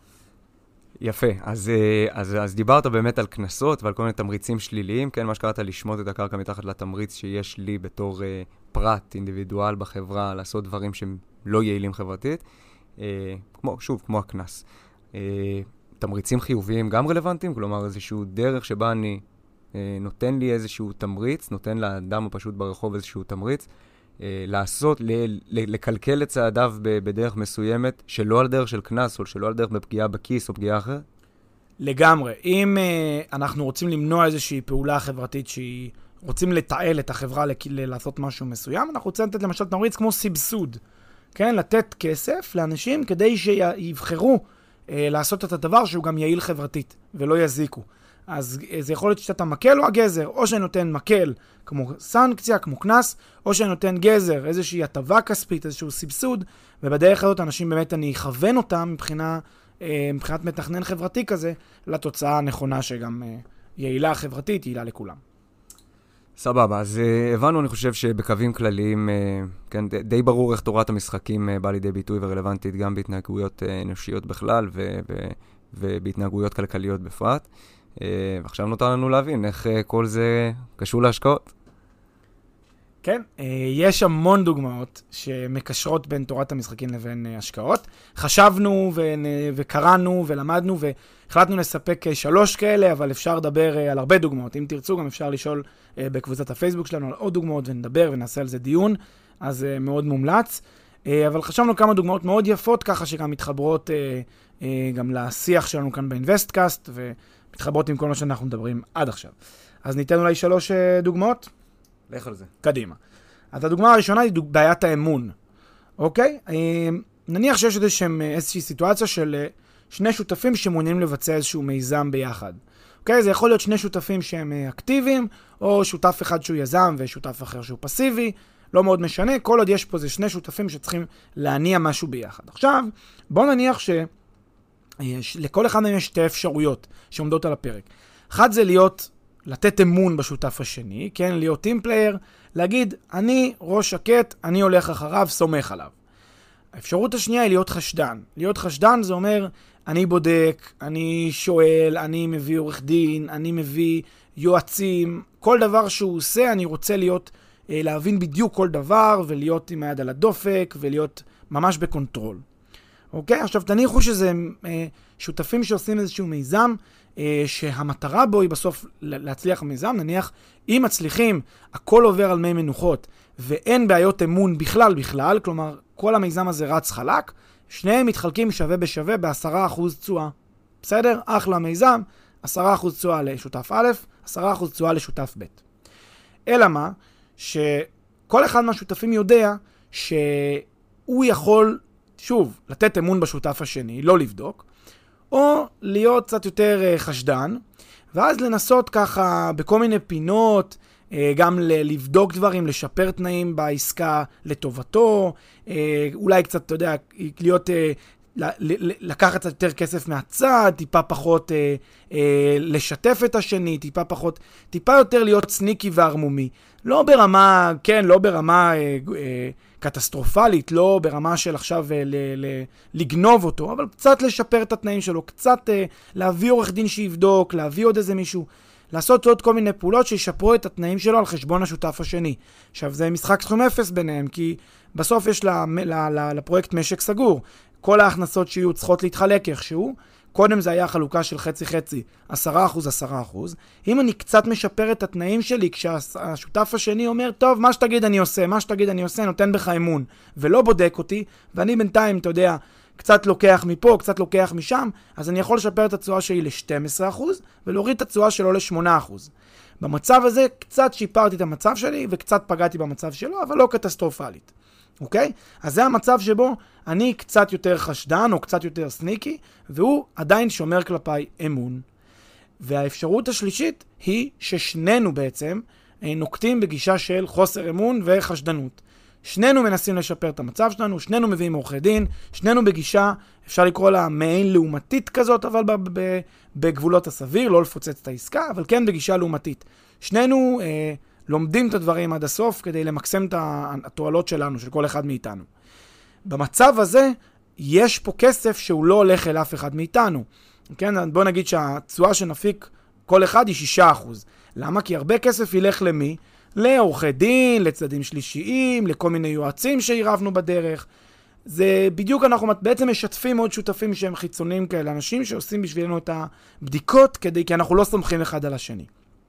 Speaker 2: יפה, אז, אז, אז דיברת באמת על כנסות ועל כל מיני תמריצים שליליים, כן, מה שקראת לשמוט את הקרקע מתחת לתמריץ שיש לי בתור uh, פרט, אינדיבידואל בחברה, לעשות דברים שהם לא יעילים חברתית, uh, כמו, שוב, כמו הכנס. Uh, תמריצים חיוביים גם רלוונטיים, כלומר איזשהו דרך שבה אני uh, נותן לי איזשהו תמריץ, נותן לאדם הפשוט ברחוב איזשהו תמריץ, Uh, לעשות, ל- ל- לקלקל את צעדיו ב- בדרך מסוימת, שלא על דרך של כנס, או שלא על דרך בפגיעה בכיס או פגיעה אחרת?
Speaker 1: לגמרי. אם uh, אנחנו רוצים למנוע איזושהי פעולה חברתית שהיא, רוצים לתעל את החברה ל- ל- לעשות משהו מסוים, אנחנו רוצים לתת למשל תמריץ כמו סבסוד. כן? לתת כסף לאנשים כדי שיבחרו uh, לעשות את הדבר שהוא גם יעיל חברתית, ולא יזיקו. אז זה יכול להיות שאתה מקל או הגזר, או שאני נותן מקל כמו סנקציה, כמו כנס, או שאני נותן גזר, איזושהי הטבה כספית, איזשהו סבסוד, ובדרך הזאת אנשים באמת, אני אכוון אותם מבחינה, מבחינת מתכנן חברתי כזה, לתוצאה הנכונה שגם יעילה חברתית, יעילה לכולם.
Speaker 2: סבבה, אז uh, הבנו, אני חושב שבקווים כלליים, uh, כן, די, די ברור איך תורת המשחקים uh, באה לידי ביטוי ורלוונטית גם בהתנהגויות uh, אנושיות בכלל ו- ו- ובהתנהגויות כלכליות בפרט. ועכשיו נותר לנו להבין איך כל זה קשור להשקעות.
Speaker 1: כן, יש המון דוגמאות שמקשרות בין תורת המשחקים לבין השקעות. חשבנו וקראנו ולמדנו והחלטנו לספק שלוש כאלה, אבל אפשר לדבר על הרבה דוגמאות. אם תרצו, גם אפשר לשאול בקבוצת הפייסבוק שלנו על עוד דוגמאות ונדבר ונעשה על זה דיון, אז מאוד מומלץ. אבל חשבנו כמה דוגמאות מאוד יפות, ככה שגם מתחברות גם לשיח שלנו כאן באינבסטקאסט, ומתחברות עם כל מה שאנחנו מדברים עד עכשיו. אז ניתן אולי שלוש דוגמאות.
Speaker 2: לך על זה.
Speaker 1: קדימה. אז הדוגמה הראשונה היא דוג... בעיית האמון. אוקיי? נניח שיש איזושהי סיטואציה של שני שותפים שמעוניינים לבצע איזשהו מיזם ביחד. אוקיי? זה יכול להיות שני שותפים שהם אקטיביים, או שותף אחד שהוא יזם ושותף אחר שהוא פסיבי. לא מאוד משנה, כל עוד יש פה זה שני שותפים שצריכים להניע משהו ביחד. עכשיו, בואו נניח שלכל אחד מהם יש שתי אפשרויות שעומדות על הפרק. אחד זה להיות, לתת אמון בשותף השני, כן, להיות טים פלייר, להגיד, אני ראש שקט, אני הולך אחריו, סומך עליו. האפשרות השנייה היא להיות חשדן. להיות חשדן זה אומר, אני בודק, אני שואל, אני מביא עורך דין, אני מביא יועצים, כל דבר שהוא עושה, אני רוצה להיות להבין בדיוק כל דבר, ולהיות עם היד על הדופק, ולהיות ממש בקונטרול. אוקיי? עכשיו תניחו שזה אה, שותפים שעושים איזשהו מיזם, אה, שהמטרה בו היא בסוף להצליח מיזם, נניח, אם מצליחים, הכל עובר על מי מנוחות, ואין בעיות אמון בכלל בכלל, כלומר, כל המיזם הזה רץ חלק, שניהם מתחלקים שווה בשווה בעשרה אחוז תשואה. בסדר? אחלה מיזם, עשרה אחוז תשואה לשותף א', עשרה אחוז תשואה לשותף ב'. אלא מה? שכל אחד מהשותפים יודע שהוא יכול, שוב, לתת אמון בשותף השני, לא לבדוק, או להיות קצת יותר חשדן, ואז לנסות ככה בכל מיני פינות, גם לבדוק דברים, לשפר תנאים בעסקה לטובתו, אולי קצת, אתה יודע, להיות לקחת יותר כסף מהצד, טיפה פחות אה, אה, לשתף את השני, טיפה פחות, טיפה יותר להיות סניקי והרמומי. לא ברמה, כן, לא ברמה אה, אה, קטסטרופלית, לא ברמה של עכשיו אה, ל, ל, לגנוב אותו, אבל קצת לשפר את התנאים שלו, קצת אה, להביא עורך דין שיבדוק, להביא עוד איזה מישהו, לעשות עוד כל מיני פעולות שישפרו את התנאים שלו על חשבון השותף השני. עכשיו, זה משחק סכום אפס ביניהם, כי בסוף יש לה, לה, לה, לפרויקט משק סגור. כל ההכנסות שיהיו צריכות להתחלק איכשהו. קודם זה היה חלוקה של חצי-חצי, עשרה אחוז, עשרה אחוז. אם אני קצת משפר את התנאים שלי, כשהשותף השני אומר, טוב, מה שתגיד אני עושה, מה שתגיד אני עושה, נותן בך אמון, ולא בודק אותי, ואני בינתיים, אתה יודע, קצת לוקח מפה, קצת לוקח משם, אז אני יכול לשפר את התשואה שלי ל-שנים עשר אחוז, ולהוריד את התשואה שלו ל-שמונה אחוז. במצב הזה, קצת שיפרתי את המצב שלי, וקצת פגעתי במצב שלו, אבל לא קטסטרופלית. אוקיי? אז זה המצב שבו אני קצת יותר חשדן או קצת יותר סניקי, והוא עדיין שומר כלפיי אמון. והאפשרות השלישית היא ששנינו בעצם נוקטים בגישה של חוסר אמון וחשדנות. שנינו מנסים לשפר את המצב שלנו, שנינו מביאים עורכי דין, שנינו בגישה, אפשר לקרוא לה מעין לעומתית כזאת, אבל בגבולות הסביר, לא לפוצץ את העסקה, אבל כן בגישה לעומתית. שנינו אה, לומדים את הדברים עד הסוף כדי למקסם את התועלות שלנו, של כל אחד מאיתנו. במצב הזה, יש פה כסף שהוא לא הולך אל אף אחד מאיתנו. כן? בוא נגיד שהתשואה שנפיק כל אחד היא שישה אחוז. למה? כי הרבה כסף ילך למי? לעורכי דין, לצדדים שלישיים, לכל מיני יועצים שהירבנו בדרך. זה בדיוק אנחנו בעצם משתפים עוד שותפים שהם חיצוניים כאלה, אנשים שעושים בשבילנו את הבדיקות, כדי, כי אנחנו לא סומכים אחד על השני.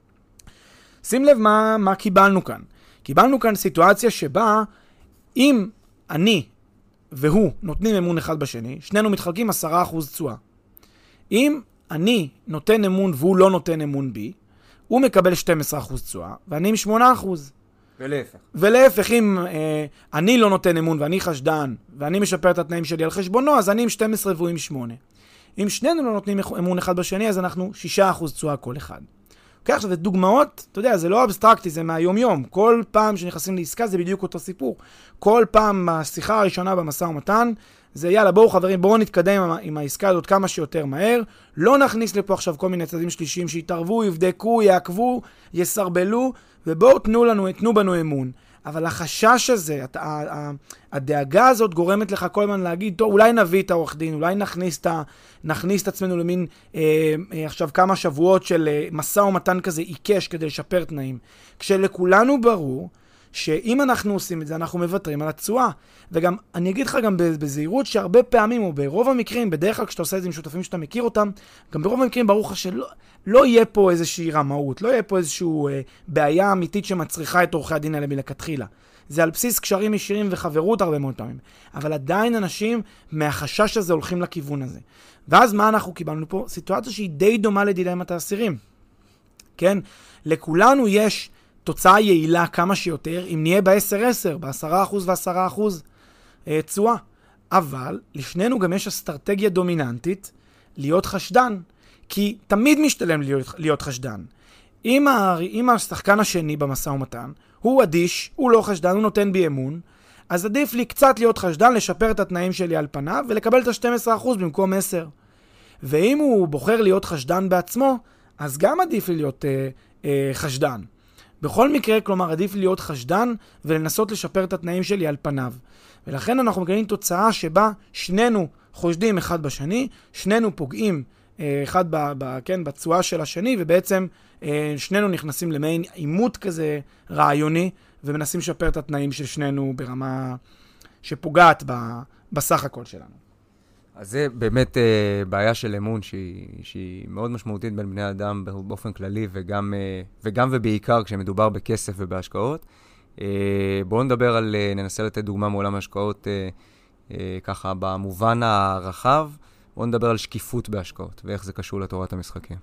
Speaker 1: שים לב מה, מה קיבלנו כאן. קיבלנו כאן סיטואציה שבה אם אני והוא נותנים אמון אחד בשני, שנינו מתחלקים עשרה אחוז תשואה. אם אני נותן אמון והוא לא נותן אמון בי, הוא מקבל שנים עשר אחוז תשואה, ואני עם שמונה אחוז.
Speaker 2: ולהפך.
Speaker 1: ולהפך, אם אה, אני לא נותן אמון ואני חשדן, ואני משפר את התנאים שלי על חשבונו, אז אני עם שתים עשרה והוא עם שמונה. אם שנינו לא נותנים אמון אחד בשני, אז אנחנו שישה אחוז תשואה כל אחד. אוקיי, עכשיו, דוגמאות, אתה יודע, זה לא אבסטרקטי, זה מהיום-יום. כל פעם שנכנסים לעסקה, זה בדיוק אותו סיפור. כל פעם, השיחה הראשונה במשא ומתן, זה יאללה, בואו חברים, בואו נתקדם עם, עם העסקה הזאת כמה שיותר מהר. לא נכניס לפה עכשיו כל מיני צדדים שלישיים שיתערבו, יבדקו, יעקבו, יסרבלו, ובואו תנו לנו, תנו בנו אמון. אבל החשש הזה, הדאגה הזאת גורמת לך כל הזמן להגיד, טוב, אולי נביא את העורך דין, אולי נכניס את, נכניס את עצמנו למין אה, אה, עכשיו כמה שבועות של אה, משא ומתן כזה עיקש כדי לשפר תנאים. כשלכולנו ברור שאם אנחנו עושים את זה, אנחנו מוותרים על התשואה. וגם, אני אגיד לך גם בזהירות שהרבה פעמים, או ברוב המקרים, בדרך כלל כשאתה עושה את זה עם שותפים שאתה מכיר אותם, גם ברוב המקרים ברור לך שלא לא יהיה פה איזושהי רמאות, לא יהיה פה איזושהי אה, בעיה אמיתית שמצריכה את עורכי הדין האלה מלכתחילה. זה על בסיס קשרים ישירים וחברות הרבה מאוד פעמים. אבל עדיין אנשים מהחשש הזה הולכים לכיוון הזה. ואז מה אנחנו קיבלנו פה? סיטואציה שהיא די דומה לדילמת האסירים. כן? לכולנו יש תוצאה יעילה כמה שיותר, אם נהיה ב-עשר עשר, ב-עשרה אחוז ו-עשרה אחוז אה, תשואה. אבל לשנינו גם יש אסטרטגיה דומיננטית להיות חשדן, כי תמיד משתלם להיות, להיות חשדן. אם, ה, אם השחקן השני במשא ומתן, הוא אדיש, הוא לא חשדן, הוא נותן בי אמון, אז עדיף לי קצת להיות חשדן, לשפר את התנאים שלי על פניו, ולקבל את ה-שנים עשר אחוז במקום עשר. ואם הוא בוחר להיות חשדן בעצמו, אז גם עדיף לי להיות אה, אה, חשדן. בכל מקרה, כלומר, עדיף להיות חשדן ולנסות לשפר את התנאים שלי על פניו. ולכן אנחנו מקבלים תוצאה שבה שנינו חושדים אחד בשני, שנינו פוגעים אה, אחד ב, ב, כן, בתשואה של השני, ובעצם אה, שנינו נכנסים למעין עימות כזה רעיוני, ומנסים לשפר את התנאים של שנינו ברמה שפוגעת ב, בסך הכל שלנו.
Speaker 2: אז זה באמת אה, בעיה של אמון שהיא, שהיא מאוד משמעותית בין בני אדם באופן כללי, וגם, אה, וגם ובעיקר כשמדובר בכסף ובהשקעות. אה, בואו נדבר על, אה, ננסה לתת דוגמה מעולם ההשקעות, אה, אה, ככה במובן הרחב, בואו נדבר על שקיפות בהשקעות, ואיך זה קשור לתורת המשחקים.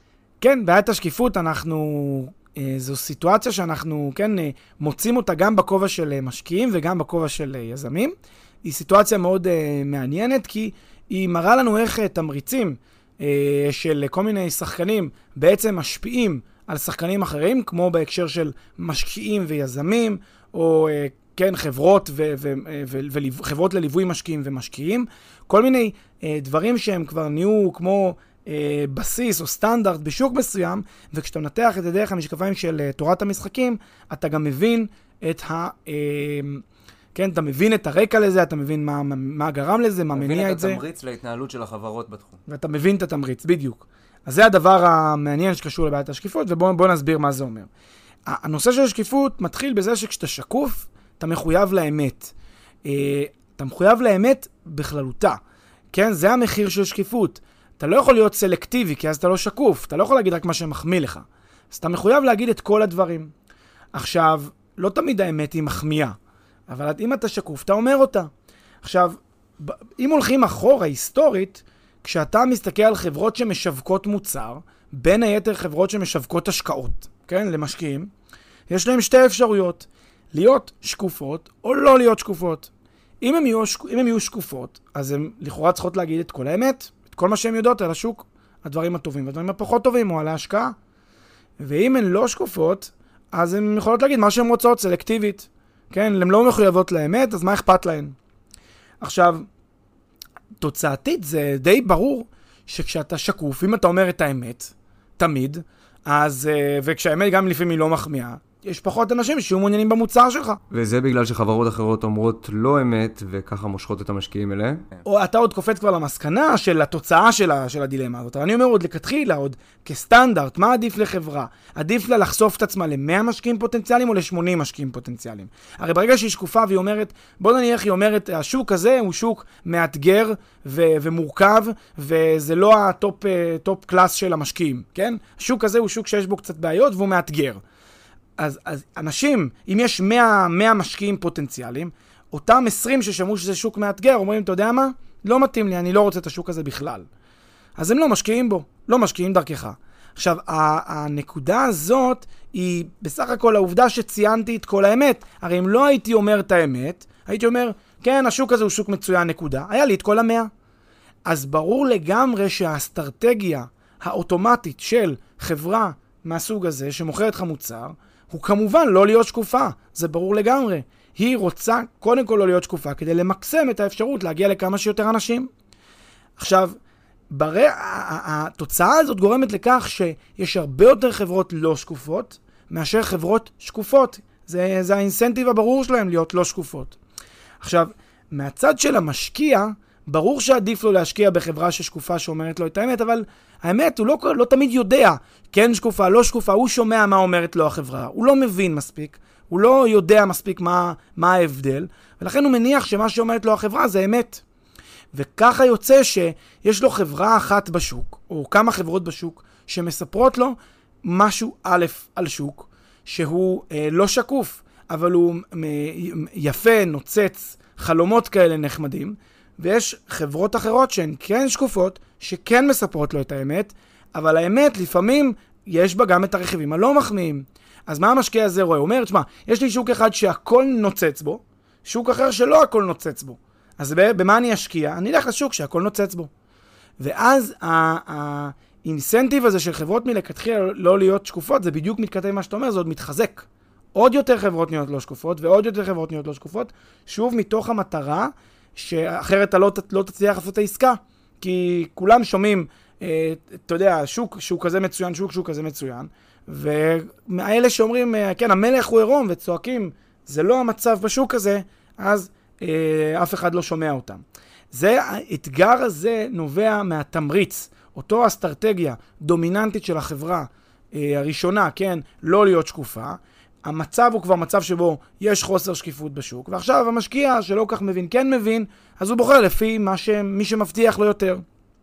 Speaker 1: כן, בעיית השקיפות, אנחנו, אה, זו סיטואציה שאנחנו, כן, אה, מוצאים אותה גם בכובע של אה, משקיעים וגם בכובע של אה, יזמים. היא סיטואציה מאוד uh, מעניינת, כי היא מראה לנו איך uh, תמריצים uh, של כל מיני שחקנים בעצם משפיעים על שחקנים אחרים, כמו בהקשר של משקיעים ויזמים, או uh, כן, חברות ו- ו- ו- ו- חברות לליווי משקיעים ומשקיעים, כל מיני אה, דברים שהם כבר נהיו כמו אה, בסיס או סטנדרט בשוק מסוים, וכשאתה מנתח את זה דרך המשקפיים של אה, תורת המשחקים, אתה גם מבין את ה... אה, כן, אתה מבין את הרקע לזה, אתה מבין מה, מה גרם לזה, מה מניע את זה.
Speaker 2: מבין את התמריץ להתנהלות של החברות בתחום.
Speaker 1: ואתה מבין את התמריץ, בדיוק. אז זה הדבר המעניין שקשור לבעיית השקיפות, ובואו נסביר מה זה אומר. הנושא של השקיפות מתחיל בזה שכשאתה שקוף, אתה מחויב לאמת. אתה מחויב לאמת בכללותה. כן, זה המחיר של שקיפות. אתה לא יכול להיות סלקטיבי, כי אז אתה לא שקוף. אתה לא יכול להגיד רק מה שמחמיא לך. אז אתה מחויב להגיד את כל הדברים. עכשיו, לא תמיד האמת היא מחמיאה. אבל אם אתה שקוף, אתה אומר אותה. עכשיו, אם הולכים אחורה, היסטורית, כשאתה מסתכל על חברות שמשווקות מוצר, בין היתר חברות שמשווקות השקעות, כן, למשקיעים, יש להם שתי אפשרויות, להיות שקופות או לא להיות שקופות. אם הם יהיו, אם הם יהיו שקופות, אז הן לכאורה צריכות להגיד את כל האמת, את כל מה שהן יודעות על השוק, הדברים הטובים והדברים הפחות טובים, או על ההשקעה. ואם הן לא שקופות, אז הן יכולות להגיד מה שהן רוצות, סלקטיבית. כן, הן לא מחויבות לאמת, אז מה אכפת להן? עכשיו, תוצאתית זה די ברור שכשאתה שקוף, אם אתה אומר את האמת, תמיד, אז, וכשהאמת גם לפעמים היא לא מחמיאה, יש פחות אנשים שיהיו מעוניינים במוצר שלך.
Speaker 2: וזה בגלל שחברות אחרות אומרות לא אמת, וככה מושכות את המשקיעים אליהם.
Speaker 1: או אתה עוד קופץ כבר למסקנה של התוצאה של, ה, של הדילמה הזאת. אני אומר עוד לכתחילה, עוד כסטנדרט, מה עדיף לחברה? עדיף לה לחשוף את עצמה ל-מאה משקיעים פוטנציאליים או ל-שמונים משקיעים פוטנציאליים? הרי ברגע שהיא שקופה והיא אומרת, בוא נניח היא אומרת, השוק הזה הוא שוק מאתגר ו- ומורכב, וזה לא הטופ טופ קלאס של המשקיעים, כן? השוק הזה הוא שוק שיש בו קצת בעיות והוא מאתגר. אז, אז אנשים, אם יש מאה, מאה משקיעים פוטנציאליים, אותם עשרים ששמעו שזה שוק מאתגר, אומרים, אתה יודע מה? לא מתאים לי, אני לא רוצה את השוק הזה בכלל. אז הם לא משקיעים בו, לא משקיעים דרכך. עכשיו, הנקודה הזאת היא בסך הכל העובדה שציינתי את כל האמת. הרי אם לא הייתי אומר את האמת, הייתי אומר, כן, השוק הזה הוא שוק מצוין, נקודה. היה לי את כל המאה. אז ברור לגמרי שהאסטרטגיה האוטומטית של חברה מהסוג הזה שמוכרת לך מוצר, הוא כמובן לא להיות שקופה, זה ברור לגמרי. היא רוצה קודם כל לא להיות שקופה, כדי למקסם את האפשרות להגיע לכמה שיותר אנשים. עכשיו, ברי, התוצאה הזאת גורמת לכך שיש הרבה יותר חברות לא שקופות, מאשר חברות שקופות. זה, זה האינסנטיב הברור שלהם להיות לא שקופות. עכשיו, מהצד של המשקיע, ברור שעדיף לו להשקיע בחברה ששקופה שאומרת לו את האמת, אבל האמת הוא לא, לא תמיד יודע, כן שקופה, לא שקופה, הוא שומע מה אומרת לו החברה, הוא לא מבין מספיק, הוא לא יודע מספיק מה, מה ההבדל, ולכן הוא מניח שמה שאומרת לו החברה זה אמת. וככה יוצא שיש לו חברה אחת בשוק, או כמה חברות בשוק, שמספרות לו משהו א' על שוק, שהוא אה, לא שקוף, אבל הוא יפה, נוצץ, חלומות כאלה נחמדים, ויש חברות אחרות שהן כן שקופות, שכן מספרות לו את האמת, אבל האמת לפעמים יש בה גם את הרכיבים הלא מחמיאים. אז מה המשקיע הזה רואה? הוא אומר, תשמע, יש לי שוק אחד שהכל נוצץ בו, שוק אחר שלא הכל נוצץ בו. אז במה אני אשקיע? אני אלך לשוק שהכל נוצץ בו. ואז האינסנטיב הזה של חברות מלכתחילה לא להיות שקופות, זה בדיוק מתכתב מה שאתה אומר, זה עוד מתחזק. עוד יותר חברות נהיות לא שקופות, ועוד יותר חברות נהיות לא שקופות, שוב מתוך המטרה, שאחרת אתה לא, לא תצליח לעשות את העסקה, כי כולם שומעים, אה, אתה יודע, שוק שהוא כזה מצוין, שוק שהוא כזה מצוין, והאלה שאומרים, אה, כן, המלך הוא עירום וצועקים, זה לא המצב בשוק הזה, אז אה, אף אחד לא שומע אותם. זה, האתגר הזה נובע מהתמריץ, אותו אסטרטגיה דומיננטית של החברה אה, הראשונה, כן, לא להיות שקופה, המצב הוא כבר מצב שבו יש חוסר שקיפות בשוק, ועכשיו המשקיע שלא כך מבין, כן מבין, אז הוא בוחר לפי מה ש... מי שמבטיח לו יותר.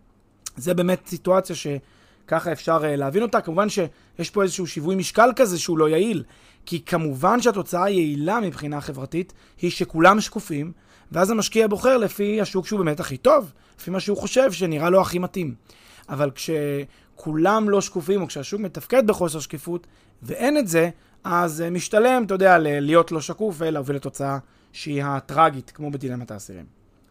Speaker 1: זה באמת סיטואציה שככה אפשר להבין אותה. כמובן שיש פה איזשהו שיווי משקל כזה שהוא לא יעיל, כי כמובן שהתוצאה היעילה מבחינה חברתית היא שכולם שקופים, ואז המשקיע בוחר לפי השוק שהוא באמת הכי טוב, לפי מה שהוא חושב שנראה לו הכי מתאים. אבל כשכולם לא שקופים, או כשהשוק מתפקד בחוסר שקיפות, ואין את זה, אז משתלם, אתה יודע, להיות לא שקוף ולהוביל לתוצאה שהיא הטרגית, כמו בדילמת האסירים.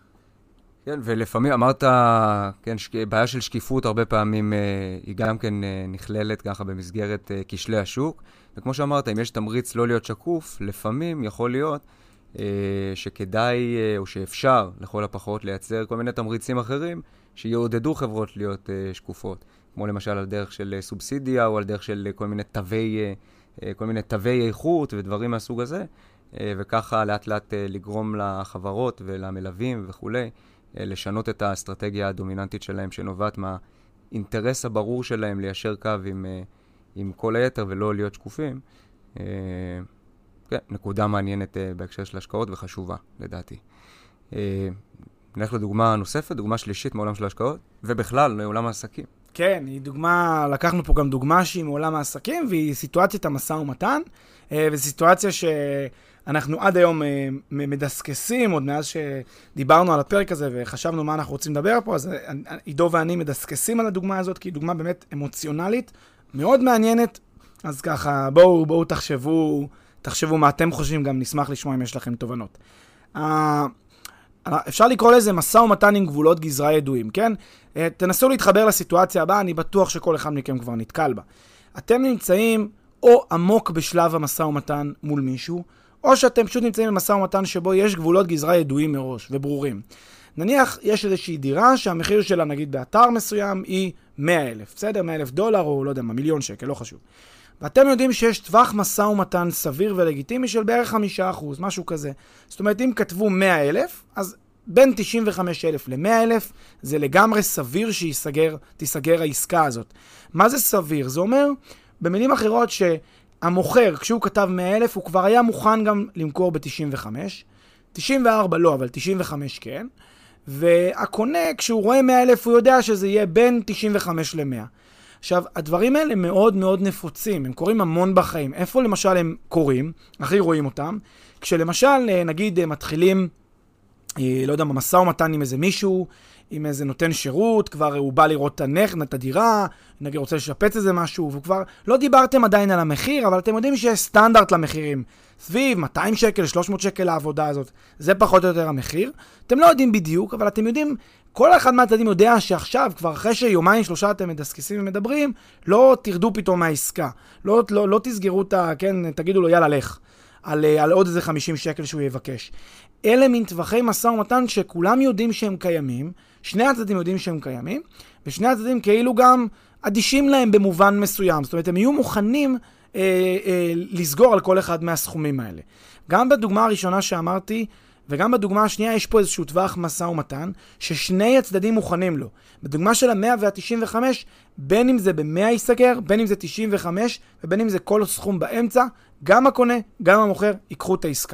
Speaker 2: כן, ולפעמים אמרת, כן, בעיה של שקיפות הרבה פעמים היא גם כן נכללת ככה במסגרת כשלי השוק, וכמו שאמרת, אם יש תמריץ לא להיות שקוף, לפעמים יכול להיות שכדאי או שאפשר לכל הפחות לייצר כל מיני תמריצים אחרים שיעודדו חברות להיות שקופות, כמו למשל על דרך של סובסידיה או על דרך של כל מיני תווי, כל מיני תווי איכות ודברים מהסוג הזה, וככה לאט לאט לגרום לחברות ולמלווים וכו' לשנות את האסטרטגיה הדומיננטית שלהם שנובעת מהאינטרס הברור שלהם ליישר קו עם, עם כל היתר ולא להיות שקופים. כן, נקודה מעניינת בהקשר של השקעות וחשובה, לדעתי. נלך לדוגמה נוספת, דוגמה שלישית מעולם של השקעות, ובכלל, לעולם העסקים.
Speaker 1: כן, היא דוגמה, לקחנו פה גם דוגמה שהיא מעולם העסקים, והיא סיטואציית המשא ומתן, וזו סיטואציה שאנחנו עד היום מדסקסים, עוד מאז שדיברנו על הפרק הזה וחשבנו מה אנחנו רוצים לדבר פה, אז עידו ואני מדסקסים על הדוגמה הזאת, כי היא דוגמה באמת אמוציונלית, מאוד מעניינת, אז ככה, בואו, בואו תחשבו, תחשבו מה אתם חושבים, גם נשמח לשמוע אם יש לכם תובנות. אפשר לקרוא לזה משא ומתן עם גבולות גזרה ידועים, כן? תנסו להתחבר לסיטואציה הבאה, אני בטוח שכל אחד מכם כבר נתקל בה. אתם נמצאים או עמוק בשלב המשא ומתן מול מישהו, או שאתם פשוט נמצאים במשא ומתן שבו יש גבולות גזרה ידועים מראש וברורים. נניח יש איזושהי דירה שהמחיר שלה נגיד באתר מסוים היא מאה אלף, בסדר? מאה אלף דולר או לא יודע מה, מיליון שקל, לא חשוב. ואתם יודעים שיש טווח משא ומתן סביר ולגיטימי של בערך חמישה אחוז, משהו כזה. זאת אומרת, אם כתבו מאה אלף, אז בין תשעים וחמישה אלף ל-מאה אלף, זה לגמרי סביר שיסגר, תיסגר העסקה הזאת. מה זה סביר? זה אומר, במילים אחרות, שהמוכר, כשהוא כתב מאה אלף, הוא כבר היה מוכן גם למכור ב-תשעים וחמש. תשעים וארבע לא, אבל תשעים וחמש כן. והקונה, כשהוא רואה מאה אלף, הוא יודע שזה יהיה בין תשעים וחמש ל-מאה. עכשיו, הדברים האלה מאוד מאוד נפוצים, הם קורים המון בחיים. איפה למשל הם קורים? הכי רואים אותם. כשלמשל, נגיד, מתחילים, לא יודע, משא ומתן עם איזה מישהו, עם איזה נותן שירות, כבר הוא בא לראות את הנכס, את הדירה, נגיד רוצה לשפץ איזה משהו, וכבר לא דיברתם עדיין על המחיר, אבל אתם יודעים שיש סטנדרט למחירים. סביב מאתיים שקל, שלוש מאות שקל לעבודה הזאת. זה פחות או יותר המחיר. אתם לא יודעים בדיוק, אבל אתם יודעים, כל אחד מהצדדים יודע שעכשיו, כבר אחרי שיומיים שלושה אתם מדסקסים ומדברים, לא תרדו פתאום מהעסקה. לא, לא, לא תסגרו את ה... כן, תגידו לו, יאללה, לך. על, על עוד איזה חמישים שקל שהוא יבקש. אלה מין טווחי משא ומתן שכולם יודעים שהם קיימים, שני הצדדים יודעים שהם קיימים, ושני הצדדים כאילו גם אדישים להם במובן מסוים. זאת אומרת, הם יהיו מוכנים אה, אה, לסגור על כל אחד מהסכומים האלה. גם בדוגמה הראשונה שאמרתי, וגם בדוגמה השנייה יש פה איזשהו טווח משא ומתן, ששני הצדדים מוכנים לו. בדוגמה של ה-מאה וה-תשעים וחמש, בין אם זה ב-מאה ייסגר, בין אם זה תשעים וחמש, ובין אם זה כל סכום באמצע, גם הקונה, גם המוכר, ייקחו את העסקה.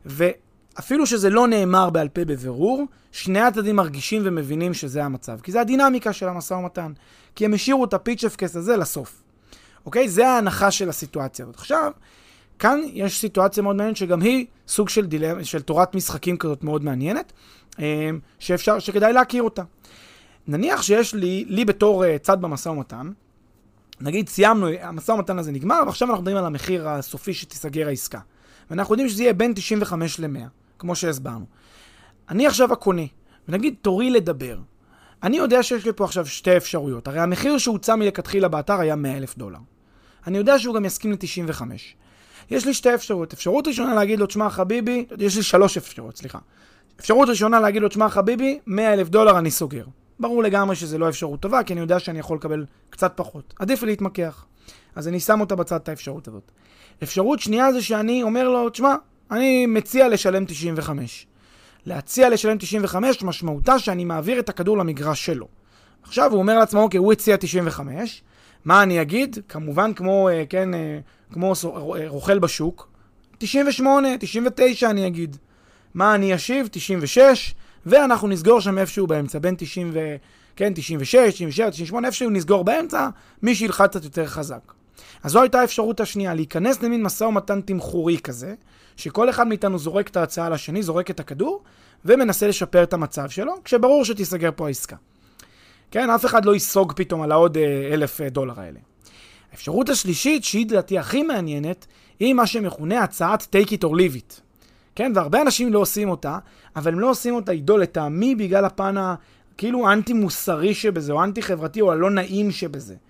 Speaker 1: ואפילו שזה לא נאמר בעל פה בבירור, שני הצדדים מרגישים ומבינים שזה המצב. כי זה הדינמיקה של המשא ומתן. כי הם השאירו את הפיצ'פקס הזה לסוף. אוקיי? זה ההנחה של הסיטואציה הזאת. עכשיו, כאן יש סיטואציה מאוד מעניינת שגם היא סוג של דילמה, של תורת משחקים כזאת מאוד מעניינת, שאפשר, שכדאי להכיר אותה. נניח שיש לי, לי בתור צד במשא ומתן, נגיד סיימנו, המשא ומתן הזה נגמר, ועכשיו אנחנו מדברים על המחיר הסופי שתיסגר העסקה. ואנחנו יודעים שזה יהיה בין תשעים וחמש ל-מאה, כמו שהסברנו. אני עכשיו הקונה, ונגיד תורי לדבר. אני יודע שיש לי פה עכשיו שתי אפשרויות. הרי המחיר שהוצא מלכתחילה באתר היה מאה אלף דולר. אני יודע שהוא גם יסכים ל-תשעים וחמש. יש לי שתי אפשרויות. אפשרות ראשונה להגיד לו, תשמע חביבי, יש לי שלוש אפשרויות, סליחה. אפשרות ראשונה להגיד לו, תשמע חביבי, מאה אלף דולר אני סוגר. ברור לגמרי שזה לא אפשרות טובה, כי אני יודע שאני יכול לקבל קצת פחות. עדיף לי להתמקח. אז אני שם אותה בצד את האפשרות הזאת. אפשרות שנייה זה שאני אומר לו, תשמע, אני מציע לשלם תשעים וחמש. להציע לשלם תשעים וחמש משמעותה שאני מעביר את הכדור למגרש שלו. עכשיו הוא אומר לעצמו, אוקיי, הוא הציע תשעים וחמש. מה אני אגיד? כמובן כמו, כן, כמו רוכל בשוק. תשעים ושמונה, תשעים ותשע אני אגיד. מה אני אשיב? תשעים ושש. ואנחנו נסגור שם איפשהו באמצע, בין תשעים ו... כן, תשעים ושש, תשעים ושבע, תשעים ושמונה, איפשהו נסגור באמצע, מי שילחץ קצת יותר חזק. אז זו הייתה האפשרות השנייה, להיכנס למין משא ומתן תמחורי כזה, שכל אחד מאיתנו זורק את ההצעה לשני, זורק את הכדור, ומנסה לשפר את המצב שלו, כשברור שתיסגר פה העסקה. כן, אף אחד לא יסוג פתאום על העוד אלף דולר האלה. האפשרות השלישית, שהיא דעתי הכי מעניינת, היא מה שמכונה הצעת take it or leave it. כן, והרבה אנשים לא עושים אותה, אבל הם לא עושים אותה עידו לטעמי בגלל הפן הכאילו אנטי מוסרי שבזה, או אנטי חברתי, או הלא נעים שבזה.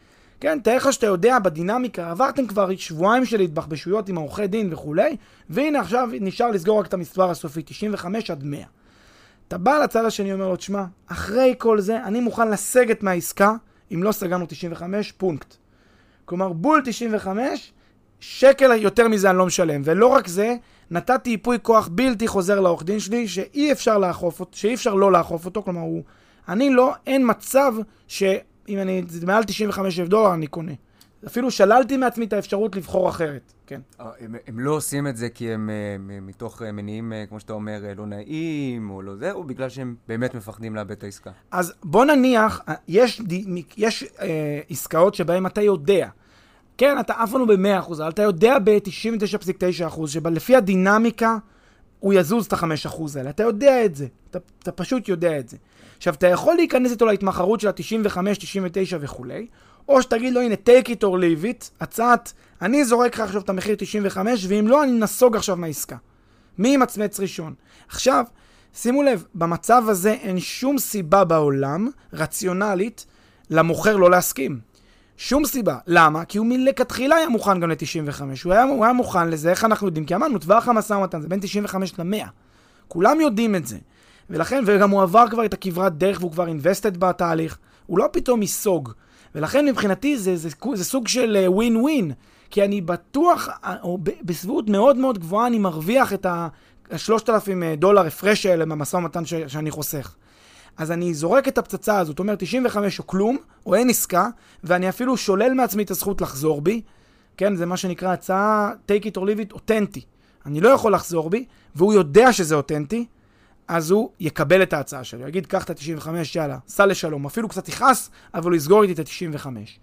Speaker 1: כן, תאר לך שאתה יודע בדינמיקה, עברתם כבר שבועיים של התבחבשויות עם עורכי דין וכולי, והנה עכשיו נשאר לסגור רק את המספר הסופי, תשעים וחמש עד מאה. אתה בא לצד השני, אומר לו, תשמע, אחרי כל זה, אני מוכן לסגת מהעסקה, אם לא סגרנו תשעים וחמש, פונקט. כלומר, בול תשעים וחמש, שקל יותר מזה אני לא משלם. ולא רק זה, נתתי ייפוי כוח בלתי חוזר לעורך דין שלי, שאי אפשר לאכוף אותו, שאי אפשר לא לאכוף אותו, כלומר, הוא, אני לא, אין מצב שאם אני, זה מעל תשעים וחמישה אלף דולר, אני קונה. אפילו שללתי מעצמי את האפשרות לבחור אחרת, כן.
Speaker 2: הם, הם לא עושים את זה כי הם מתוך מניעים, כמו שאתה אומר, לא נעים או לא זה, או בגלל שהם באמת מפחדים לאבד את העסקה?
Speaker 1: אז בוא נניח, יש, יש אה, עסקאות שבהן אתה יודע, כן, אתה אף לא ב-מאה אחוז, אבל אתה יודע ב-תשעים ותשע נקודה תשע אחוז, שלפי הדינמיקה הוא יזוז את ה-חמישה אחוז האלה. אתה יודע את זה, אתה, אתה פשוט יודע את זה. עכשיו, אתה יכול להיכנס איתו להתמחרות של ה-תשעים וחמש, תשעים ותשע וכולי, או שתגיד לו, הנה, take it or leave it, הצעת, אני זורק לך עכשיו את המחיר תשעים וחמש, ואם לא, אני נסוג עכשיו מהעסקה. מי מצמץ ראשון? עכשיו, שימו לב, במצב הזה אין שום סיבה בעולם, רציונלית, למוכר לא להסכים. שום סיבה. למה? כי הוא מלכתחילה היה מוכן גם ל-תשעים וחמש. הוא היה, הוא היה מוכן לזה, איך אנחנו יודעים? כי אמרנו, טווח המשא ומתן, זה בין תשעים וחמש ל-מאה. כולם יודעים את זה. ולכן, וגם הוא עבר כבר את הכברת דרך, והוא כבר invested בתהליך. הוא לא פתאום יסוג. ולכן מבחינתי זה, זה, זה סוג של ווין ווין, כי אני בטוח, או בסביבות מאוד מאוד גבוהה, אני מרוויח את ה-שלושת אלפים דולר הפרש האלה מהמשא ומתן ש- שאני חוסך. אז אני זורק את הפצצה הזאת, זאת אומרת תשעים וחמש או כלום, או אין עסקה, ואני אפילו שולל מעצמי את הזכות לחזור בי, כן, זה מה שנקרא הצעה take it or leave it, אותנטי. אני לא יכול לחזור בי, והוא יודע שזה אותנטי, אז הוא יקבל את ההצעה שלי. הוא יגיד, קח את ה-תשעים וחמש, יאללה, סע לשלום. אפילו קצת יכעס, אבל הוא יסגור איתי את ה-תשעים וחמש.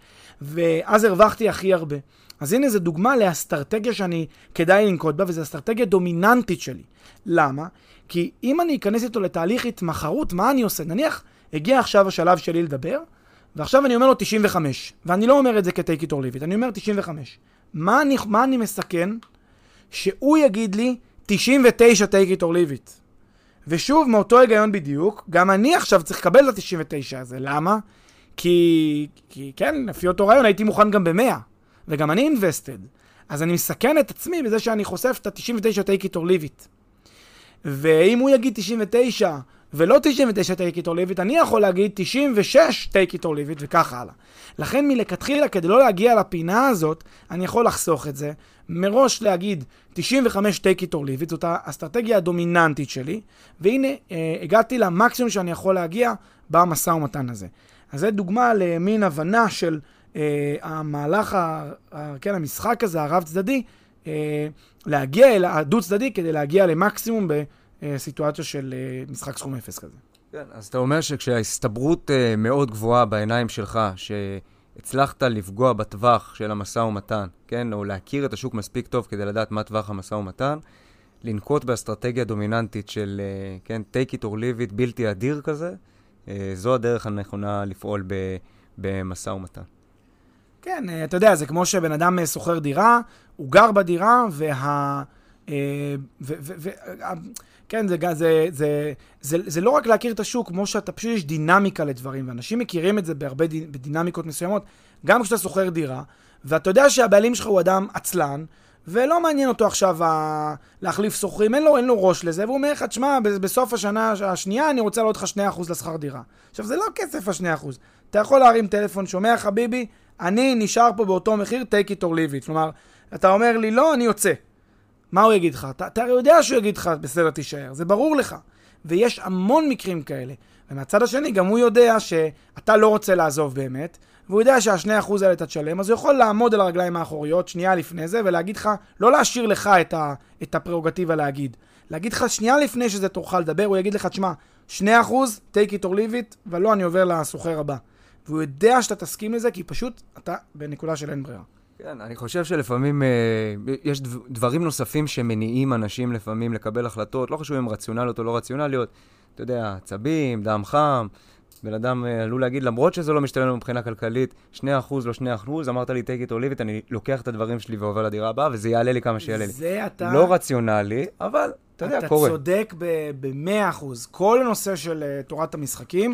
Speaker 1: ואז הרווחתי הכי הרבה. אז הנה, זו דוגמה לאסטרטגיה שאני כדאי לנקוט בה, וזו אסטרטגיה דומיננטית שלי. למה? כי אם אני אכנס איתו לתהליך התמחרות, מה אני עושה? נניח, הגיע עכשיו השלב שלי לדבר, ועכשיו אני אומר לו תשעים וחמש. ואני לא אומר את זה כ-take it or leave it, אני אומר תשעים וחמש. מה אני, מה אני מסכן? שהוא יגיד לי תשעים ותשע take it or leave it. ושוב, מאותו היגיון בדיוק, גם אני עכשיו צריך לקבל את ה-תשעים ותשע הזה. למה? כי, כי כן, לפי אותו רעיון הייתי מוכן גם ב-מאה, וגם אני invested. אז אני מסכן את עצמי בזה שאני חושף את ה-תשעים ותשע take it or leave it. ואם הוא יגיד תשעים ותשע ולא תשעים ותשע take it or leave it, אני יכול להגיד תשעים ושש take it or leave it וכך הלאה. לכן מלכתחילה, כדי לא להגיע לפינה הזאת, אני יכול לחסוך את זה. מראש להגיד תשעים וחמש take it or leave it, זאת האסטרטגיה הדומיננטית שלי, והנה אה, הגעתי למקסימום שאני יכול להגיע במשא ומתן הזה. אז זו דוגמה למין הבנה של אה, המהלך, ה, ה, כן, המשחק הזה, הרב צדדי, אה, להגיע אל הדו צדדי כדי להגיע למקסימום בסיטואציה של אה, משחק סכום אפס כזה.
Speaker 2: כן, אז אתה אומר שכשההסתברות אה, מאוד גבוהה בעיניים שלך, ש... הצלחת לפגוע בטווח של המשא ומתן, כן? או להכיר את השוק מספיק טוב כדי לדעת מה טווח המשא ומתן, לנקוט באסטרטגיה דומיננטית של, כן, take it or leave it, בלתי אדיר כזה, זו הדרך הנכונה לפעול במשא ומתן.
Speaker 1: כן, אתה יודע, זה כמו שבן אדם סוחר דירה, הוא גר בדירה, וה... ו, ו, ו, כן, זה, זה, זה, זה, זה לא רק להכיר את השוק, כמו שאתה פשוט יש דינמיקה לדברים, ואנשים מכירים את זה בהרבה דינמיקות מסוימות, גם כשאתה סוחר דירה, ואתה יודע שהבעלים שלך הוא אדם עצלן, ולא מעניין אותו עכשיו ה... להחליף סוחרים, אין לו, אין לו ראש לזה, והוא אומר לך, תשמע, בסוף השנה השנייה אני רוצה לעוד לך שני אחוז לשכר דירה. עכשיו, זה לא כסף ה-שני אחוז. אתה יכול להרים טלפון, שומע חביבי, אני נשאר פה באותו מחיר, take it or leave it. כלומר, אתה אומר לי, לא, אני יוצא. מה הוא יגיד לך? אתה, אתה יודע שהוא יגיד לך, בסדר תישאר, זה ברור לך. ויש המון מקרים כאלה. ומהצד השני, גם הוא יודע שאתה לא רוצה לעזוב באמת, והוא יודע שהשני אחוז האלה אתה תשלם, אז הוא יכול לעמוד על הרגליים האחוריות, שנייה לפני זה, ולהגיד לך, לא להשאיר לך את, ה, את הפררוגטיבה להגיד. להגיד לך שנייה לפני שזה תוכל לדבר, הוא יגיד לך, תשמע, שני אחוז, take it or leave it, ולא אני עובר לסוחר הבא. והוא יודע שאתה תסכים לזה, כי פשוט אתה בנקודה של אין ברירה.
Speaker 2: כן, אני חושב שלפעמים אה, יש דברים נוספים שמניעים אנשים לפעמים לקבל החלטות, לא חשוב אם רציונליות או לא רציונליות, אתה יודע, עצבים, דם חם, בן אדם אה, עלול להגיד, למרות שזה לא משתלם לנו מבחינה כלכלית, שני אחוז, לא שני אחוז, אמרת לי, take it or leave it, אני לוקח את הדברים שלי ועובר לדירה הבאה, וזה יעלה לי כמה שיעלה לי.
Speaker 1: זה אתה...
Speaker 2: לא רציונלי, אבל אתה יודע,
Speaker 1: אתה
Speaker 2: קורה.
Speaker 1: צודק ב-מאה אחוז. כל הנושא של uh, תורת המשחקים,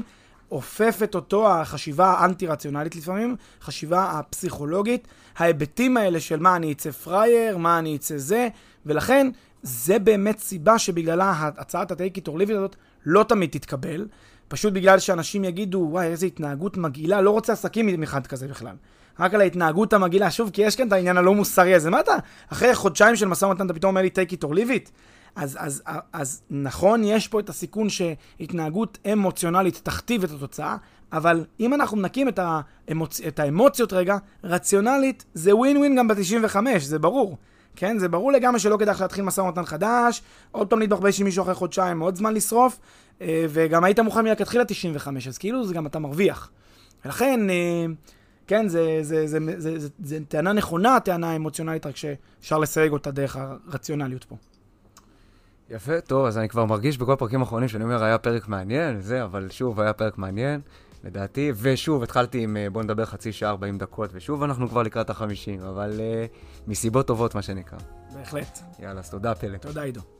Speaker 1: אופפת אותו החשיבה האנטי-רציונלית לפעמים, חשיבה הפסיכולוגית, ההיבטים האלה של מה אני אצא פרייר, מה אני אצא זה, ולכן זה באמת סיבה שבגללה הצעת ה-take it or leave it הזאת לא תמיד תתקבל, פשוט בגלל שאנשים יגידו, וואי, איזו התנהגות מגעילה, לא רוצה עסקים עם אחד כזה בכלל. רק על ההתנהגות המגעילה, שוב, כי יש כאן את העניין הלא מוסרי הזה, מה אתה? אחרי חודשיים של מסע ומתן, אתה פתאום אומר לי, take it or leave it. אז, אז, אז נכון, יש פה את הסיכון שהתנהגות אמוציונלית תכתיב את התוצאה, אבל אם אנחנו מנקים את, האמוצ... את האמוציות רגע, רציונלית זה ווין ווין גם ב-תשעים וחמש, זה ברור. כן, זה ברור לגמרי שלא כדאי להתחיל מסע ומתן חדש, עוד פעם להתבחבש עם מישהו אחרי חודשיים, עוד זמן לשרוף, וגם היית מוכן מלכתחילה תשעים וחמש, אז כאילו זה גם אתה מרוויח. ולכן, כן, זה, זה, זה, זה, זה, זה, זה טענה נכונה, טענה אמוציונלית, רק שאפשר לסייג אותה דרך הרציונליות פה.
Speaker 2: יפה, טוב, אז אני כבר מרגיש בכל הפרקים האחרונים שאני אומר, היה פרק מעניין, זה, אבל שוב, היה פרק מעניין, לדעתי, ושוב, התחלתי עם, בוא נדבר חצי שעה, ארבעים דקות, ושוב, אנחנו כבר לקראת החמישים, אבל uh, מסיבות טובות, מה שנקרא.
Speaker 1: בהחלט.
Speaker 2: יאללה, אז תודה, פלא.
Speaker 1: תודה, עידו.